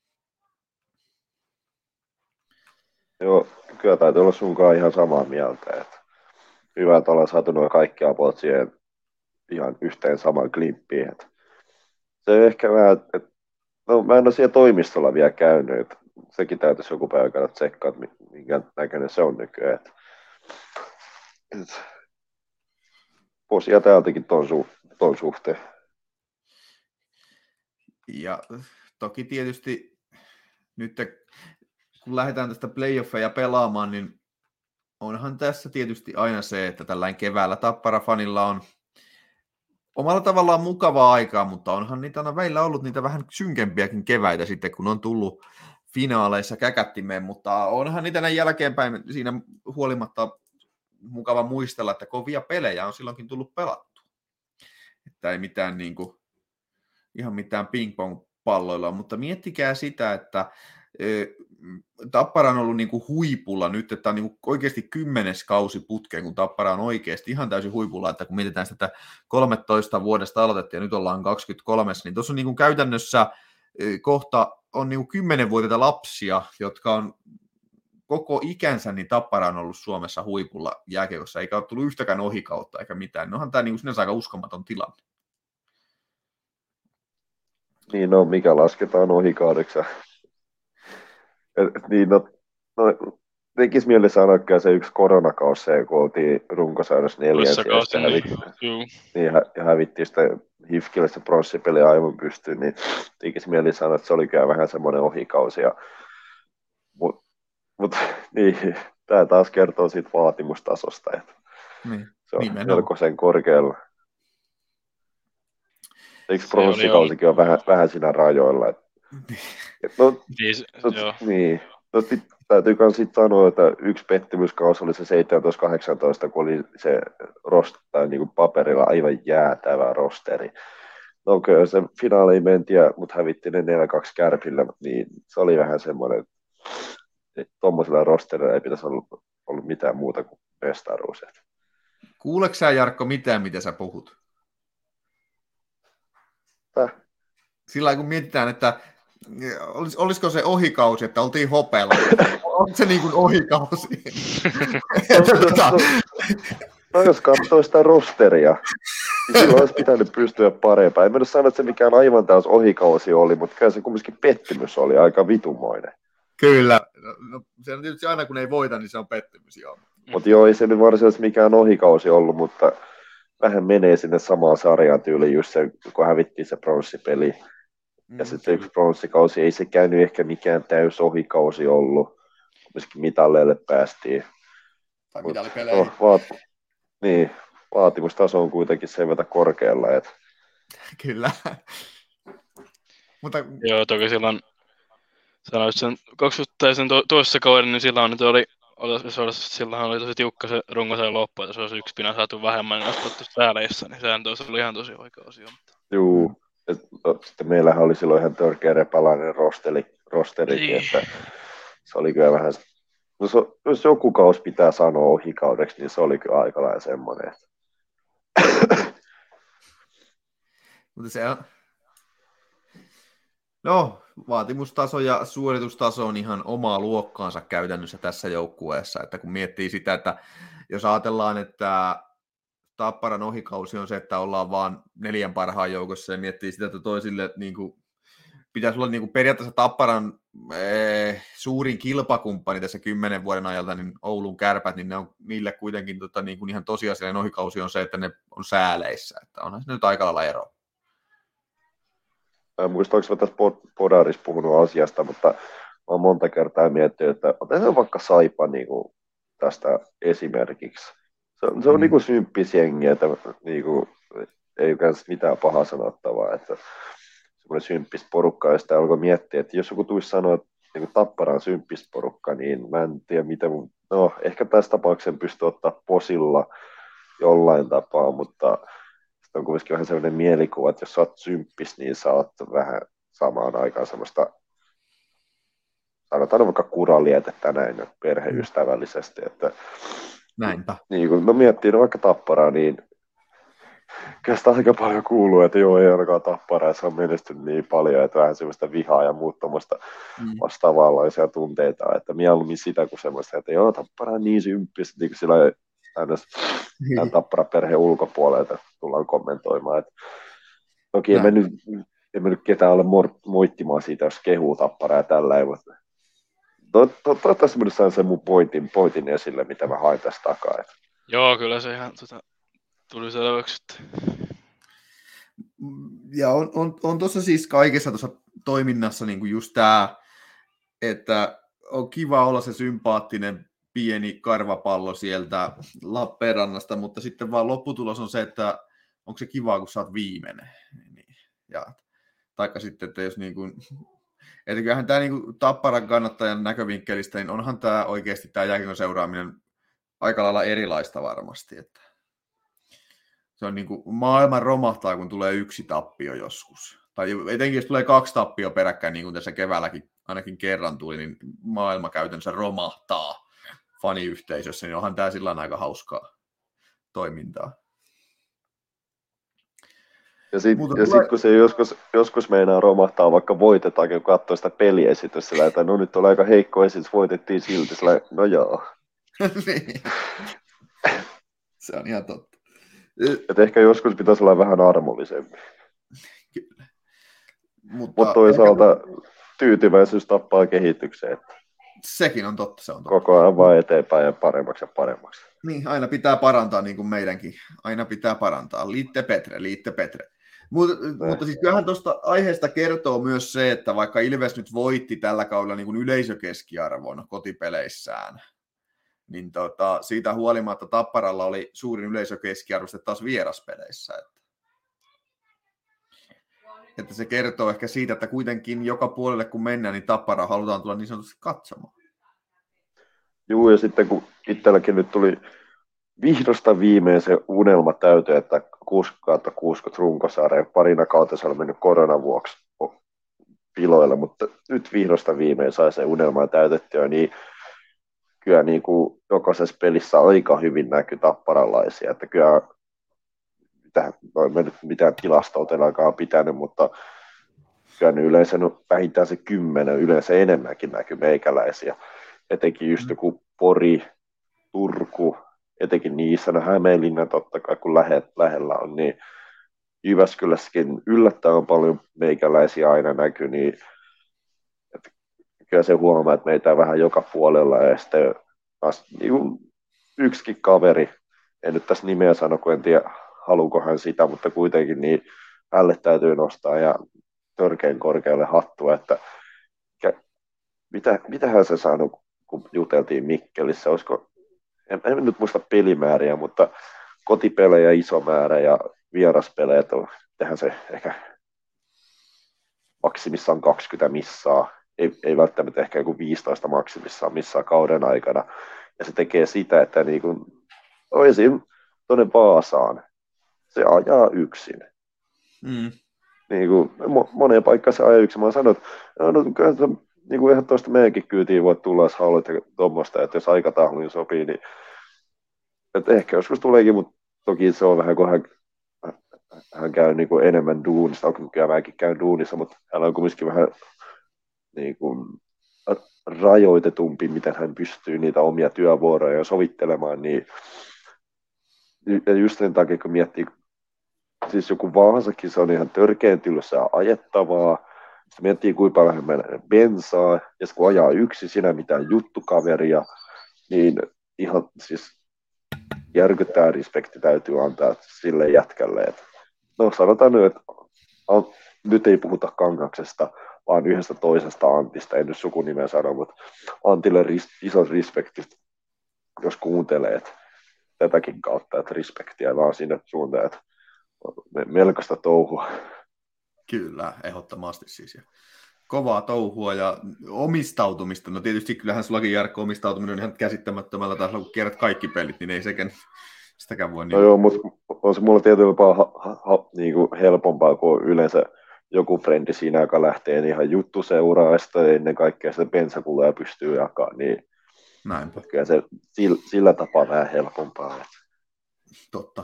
Joo, kyllä täytyy olla sunkaan ihan samaa mieltä, että hyvä, että ollaan saatu noin kaikki apot siihen ihan yhteen samaan klimppiin. Että se ehkä vähän, että no mä en ole siellä toimistolla vielä käynyt, että sekin täytyisi joku päivä käydä tsekkaa, että minkä näköinen se on nykyään. Että, että posia täältäkin ton, su, ton suhteen. Ja toki tietysti nyt kun lähdetään tästä playoffeja pelaamaan, niin onhan tässä tietysti aina se, että tällainen keväällä Tappara-fanilla on omalla tavallaan mukavaa aikaa, mutta onhan niitä aina välillä ollut niitä vähän synkempiäkin keväitä sitten, kun on tullut finaaleissa käkättimeen, mutta onhan niitä näin jälkeenpäin siinä huolimatta mukava muistella, että kovia pelejä on silloinkin tullut pelattu. Että ei mitään niin kuin, ihan mitään ping-pong-palloilla, mutta miettikää sitä, että Tappara on ollut niin kuin huipulla nyt, että on niin kuin oikeasti kymmenes kausi putkeen, kun Tappara on oikeasti ihan täysin huipulla, että kun mietitään sitä, että kolmetoista vuodesta aloitettiin ja nyt ollaan kaksikymmentäkolme, niin tuossa on niin kuin käytännössä kohta on niin kuin kymmenvuotiaita lapsia, jotka on koko ikänsä, niin Tappara on ollut Suomessa huipulla jääkiekossa, eikä ole tullut yhtäkään ohikautta eikä mitään. Onhan tämä niin kuin sinänsä aika uskomaton tilanne. Niin no, mikä lasketaan ohikaudeksi? Et, niin, no, no, tekisi mieli sanoa se yksi koronakaus, se, kun oltiin runkosarjassa neljäs ja hävittiin, niin, ja hävittiin sitä Hifkille se pronssipeli aivan pystyyn, niin tekisi mieli sanoa, että se oli kyllä vähän semmoinen ohikausi. Mutta mut, niin, tämä taas kertoo siitä vaatimustasosta, että niin, se on melkoisen korkealla. Eikö pronssikausikin ole vähän, vähän siinä rajoilla? Että, no, niin, no, niin. No, täytyy myös sanoa, että yksi pettymyskausi oli se seitsemäntoista kahdeksantoista, kun oli se rost, tai niin kuin paperilla aivan jäätävä rosteri. No kyllä se finaaliin mentiin, mutta hävittiin ne neljä kaksi Kärpillä, niin se oli vähän semmoinen, että tuommoisella rosterilla ei pitäisi olla ollut mitään muuta kuin mestaruus. Kuuleeko sä, Jarkko, mitään, mitä sä puhut? Täh? Sillä kun mietitään, että olis, olisiko se ohikausi, että oltiin hopealla. On se niin kuin ohikausi? no, no, jos katsoo sitä rosteria, niin silloin olisi pitänyt pystyä parempaan. En mä nyt sano, että se mikään aivan täys ohikausi oli, mutta kyllä se kumminkin pettymys oli aika vitumoinen. Kyllä. No, no, se on tietysti aina, kun ei voita, niin se on pettymys. Joo. Mutta joo, ei se nyt varsinaisesti mikään ohikausi ollut, mutta vähän menee sinne samaan sarjaan tyyliin just se, kun hävittiin se pronssipeli. Ja mm, sitten yksi pronssikausi, ei se käynyt ehkä mikään täys ohikausi ollut. Myöskin mitalleille päästiin. Tai mitallipeleihin. No, vaat, niin, vaatimustaso on kuitenkin sen verran korkealla. Et. Kyllä. Mutta... Joo, toki silloin sanoit sen kaksikymmentä to, toisessa kauden, niin silloin nyt oli, oli, silloin oli tosi tiukka se runkosarjan loppu, että se olisi yksi pinnan saatu vähemmän, niin olisi tuttu väleissä, niin sehän tosi oli ihan tosi oikea asia. Joo, ja sitten meillähän oli silloin ihan törkeä repalainen rosteri, rosterikin, että se oli kyllä vähän, no se, jos joku kausi pitää sanoa ohikaudeksi, niin se oli kyllä aika lailla semmoinen. Mutta se on... No, vaatimustaso ja suoritustaso on ihan omaa luokkaansa käytännössä tässä joukkueessa, että kun miettii sitä, että jos ajatellaan, että Tapparan ohikausi on se, että ollaan vaan neljän parhaan joukossa ja miettii sitä, että toisille niin kuin, pitäisi olla niin kuin periaatteessa Tapparan ee, suurin kilpakumppani tässä kymmenen vuoden ajalta, niin Oulun Kärpät, niin ne on niille kuitenkin tota, niin kuin ihan tosiasiallinen ohikausi on se, että ne on sääleissä, että onhan se nyt aika lailla ero. Mä en muista, onko tässä Podarissa puhunut asiasta, mutta mä oon monta kertaa miettinyt, että otetaan vaikka Saipa niin kuin tästä esimerkiksi. Se on, se on mm. niin kuin symppis jengi, että niin kuin, ei ole mitään pahaa sanottavaa, että semmoinen symppis porukka, ja sitä alkoi miettiä, että jos joku tulisi sanoa, että niin kuin Tappara on symppis porukka, niin mä en tiedä, miten mun, no ehkä tässä tapauksessa pystyy ottaa posilla jollain tapaa, mutta on kuitenkin vähän sellainen mielikuva, että jos sä oot symppis, niin sä oot vähän samaan aikaan semmoista, sanotaan vaikka kuralietettä näin perheystävällisesti, että näinpä. Niin kun mä miettii no vaikka Tapparaa, niin kyllä sitä aika paljon kuuluu, että joo, ei ainakaan Tapparaa, se on menestynyt niin paljon, että vähän semmoista vihaa ja muuta tuommoista mm. vastaavanlaisia tunteita, että mieluummin sitä kuin semmoista, että joo, Tappara on niin symppis, niin kuin sillä aina tämän Tappara-perheen ulkopuolelta tullaan kommentoimaan. Että toki emme nyt, emme nyt ketään ole moittimaan siitä, jos kehuu Tapparaa ja tällä ei, mutta toivottavasti minä sain sen mun pointin, pointin esille, mitä mä hain tästä takaa. Että. Joo, kyllä se ihan tota, tuli selväksi. Ja on, on, on tuossa siis kaikessa tuossa toiminnassa niin kuin just tämä, että on kiva olla se sympaattinen pieni karvapallo sieltä Lappeenrannasta, mutta sitten vaan lopputulos on se, että onko se kiva, kun sä oot viimeinen. Niin, ja, taikka sitten, että jos niin kuin, että kyllähän tämä niin kuin Tapparan kannattajan näkövinkkelistä, niin onhan tämä oikeasti tämä jääkiekon seuraaminen aika lailla erilaista varmasti. Että se on niin kuin, maailman romahtaa, kun tulee yksi tappio joskus. Tai etenkin jos tulee kaksi tappio peräkkäin, niin kuin tässä keväälläkin ainakin kerran tuli, niin maailma käytännössä romahtaa faniyhteisössä, niin onhan tämä sillä aika hauskaa toimintaa. Ja sitten tulee... sit, kun se joskus, joskus meinaa romahtaa, vaikka voitetaankin, kun katsoo sitä peliesitystä, sillä että no nyt oli aika heikko esitys, voitettiin silti, sillä no joo. Niin. Se on ihan totta. Et ehkä joskus pitäisi olla vähän armollisempi. Kyllä. Mutta Mut toisaalta ehkä... tyytyväisyys tappaa kehitykseen. Sekin on totta, se on totta. Koko ajan vaan eteenpäin ja paremmaksi ja paremmaksi. Niin, aina pitää parantaa niin kuin meidänkin. Aina pitää parantaa. Liitte Petre, liitte Petre. Mut, mutta siis kyllähän tuosta aiheesta kertoo myös se, että vaikka Ilves nyt voitti tällä kaudella niin kuin yleisökeskiarvon kotipeleissään, niin tota, siitä huolimatta Tapparalla oli suurin yleisökeskiarvo taas vieraspeleissä. Että, että se kertoo ehkä siitä, että kuitenkin joka puolelle kun mennään, niin Tappara halutaan tulla niin sanotusti katsomaan. Joo, ja sitten kun itselläkin nyt tuli vihdosta viimein se unelma täyteen, että kuusikymmentä kuusikymmentä runkosarja, parina kautta se oli mennyt koronan vuoksi piloille, mutta nyt vihdosta viimein sai se unelma täytettyä, niin kyllä niin kuin jokaisessa pelissä aika hyvin näkyy tapparalaisia, että kyllä mitä, no en nyt mitään tilastoa teilläkaan pitänyt, mutta kyllä ne yleensä no, vähintään se kymmenen, yleensä enemmänkin näkyy meikäläisiä, etenkin just joku Pori, Turku, etenkin niissä, no Hämeenlinna totta kai kun lähe, lähellä on, niin Jyväskylässäkin yllättävän paljon meikäläisiä aina näkyy, niin että kyllä se huomaa, että meitä on vähän joka puolella, ja sitten taas niin yksikin kaveri, en nyt tässä nimeä sano, kun en tiedä, haluuko hän sitä, mutta kuitenkin niin hänelle täytyy nostaa ja törkeän korkealle hattua, että mitä, mitähän se saanut, kun juteltiin Mikkelissä, olisiko, en, en nyt muista pelimääriä, mutta kotipelejä iso määrä ja vieraspelejä, tehdään se ehkä maksimissaan kaksikymmentä missaa, ei, ei välttämättä ehkä joku viisitoista maksimissaan missään kauden aikana, ja se tekee sitä, että niin kuin, esim. Tuonne Vaasaan, se ajaa yksin. Mm. Niin kuin, moneen paikkaan se ajaa yksin. Mä oon sanonut, että no, kyllä se, niin kuin ihan tuosta meidänkin kyytiin voi tulla, jos haluat tuommoista, että jos aikatauluun sopii, niin että ehkä joskus tuleekin, mutta toki se on vähän, kun hän, hän käy niin kuin enemmän duunista, onko kyllä mäkin käyn duunissa, mutta hän on kumminkin vähän niin kuin rajoitetumpi, miten hän pystyy niitä omia työvuoroja sovittelemaan, niin ja just sen takia, kun miettii, siis joku Vaasakin, se on ihan törkeän tylsää ajettavaa, sitten miettii, kuinka paljon menee bensaa, ja kun ajaa yksi sinä mitään juttukaveria, niin ihan siis järkyttää respekti täytyy antaa sille jätkälle. Että, no sanotaan nyt, että nyt ei puhuta Kangaksesta, vaan yhdestä toisesta Antista, en nyt sukunimeä sano, mutta Antille ris- isot respektit, jos kuuntelee, että tätäkin kautta, että respektiä vaan sinne suuntaan, että melkoista touhua. Kyllä, ehdottomasti siis. Ja kovaa touhua ja omistautumista. No tietysti kyllähän sullakin, Jarkko, omistautuminen on ihan käsittämättömällä tasolla, kun kierrät kaikki pelit, niin ei sekään, sitäkään voi... No niin... joo, mutta on se mulla tietyllä tapaa ha, ha, niin kuin helpompaa, kuin yleensä joku frendi siinä, joka lähtee niin ihan juttuseuraa, ja sitten ennen kaikkea sitä bensakuloja pystyy jakaa, niin näinpä. Kyllä se sillä, sillä tapaa vähän helpompaa. Totta.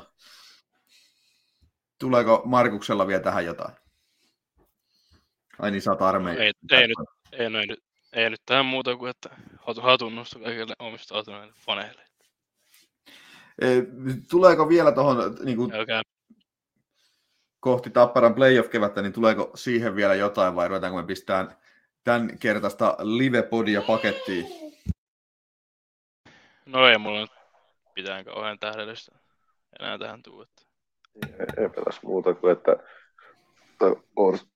Tuleeko Markuksella vielä tähän jotain? Ai niin, sä oot armeija. Ei, ei, nyt, ei, no, ei, nyt, ei nyt tähän muuta kuin, että hatunnosto kaikille omistautuneille faneille. Tuleeko vielä tuohon niin kuin, kohti Tapparan playoff-kevättä, niin tuleeko siihen vielä jotain vai ruvetaanko me pistään tämän kertaista live-podia pakettiin? No ei mulla nyt pitää kauhean tähdellistä enää tähän tuu. Että... Ei peläs muuta kuin, että Ors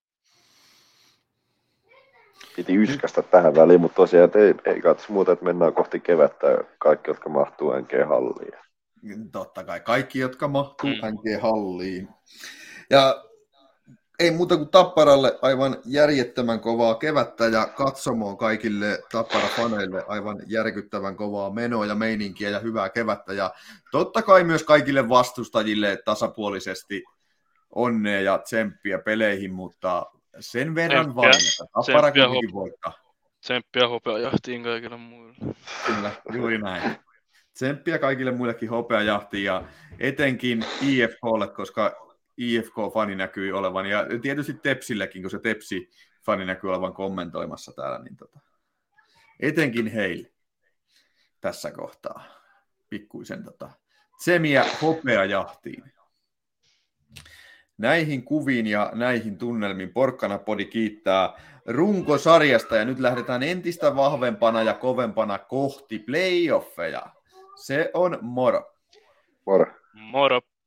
piti yskästä tähän väliin, mutta tosiaan että ei, ei katso muuta, että mennään kohti kevättä kaikki, jotka mahtuu N G-halliin. Totta kai, kaikki, jotka mahtuu mm. N G-halliin. Ja ei muuta kuin Tapparalle aivan järjettömän kovaa kevättä ja katsomoon kaikille Tappara-faneille aivan järkyttävän kovaa menoa ja meininkiä ja hyvää kevättä. Ja totta kai myös kaikille vastustajille tasapuolisesti onnea ja tsemppiä peleihin, mutta sen verran tsemppiä, vain, että Tappara kuitenkin voittaa. Tsemppiä hopeajahtiin kaikille muille. Kyllä, juuri näin. Tsemppiä kaikille muillekin hopeajahtiin ja etenkin I F K:lle, koska I F K-fani näkyy olevan, ja tietysti Tepsillekin, kun se Tepsi-fani näkyy olevan kommentoimassa täällä, niin tota, etenkin heille tässä kohtaa pikkuisen tota, tsemiä hopeajahtiin. Näihin kuviin ja näihin tunnelmiin Porkkana-podi kiittää runkosarjasta, ja nyt lähdetään entistä vahvempana ja kovempana kohti playoffeja. Se on moro. Moro. Moro.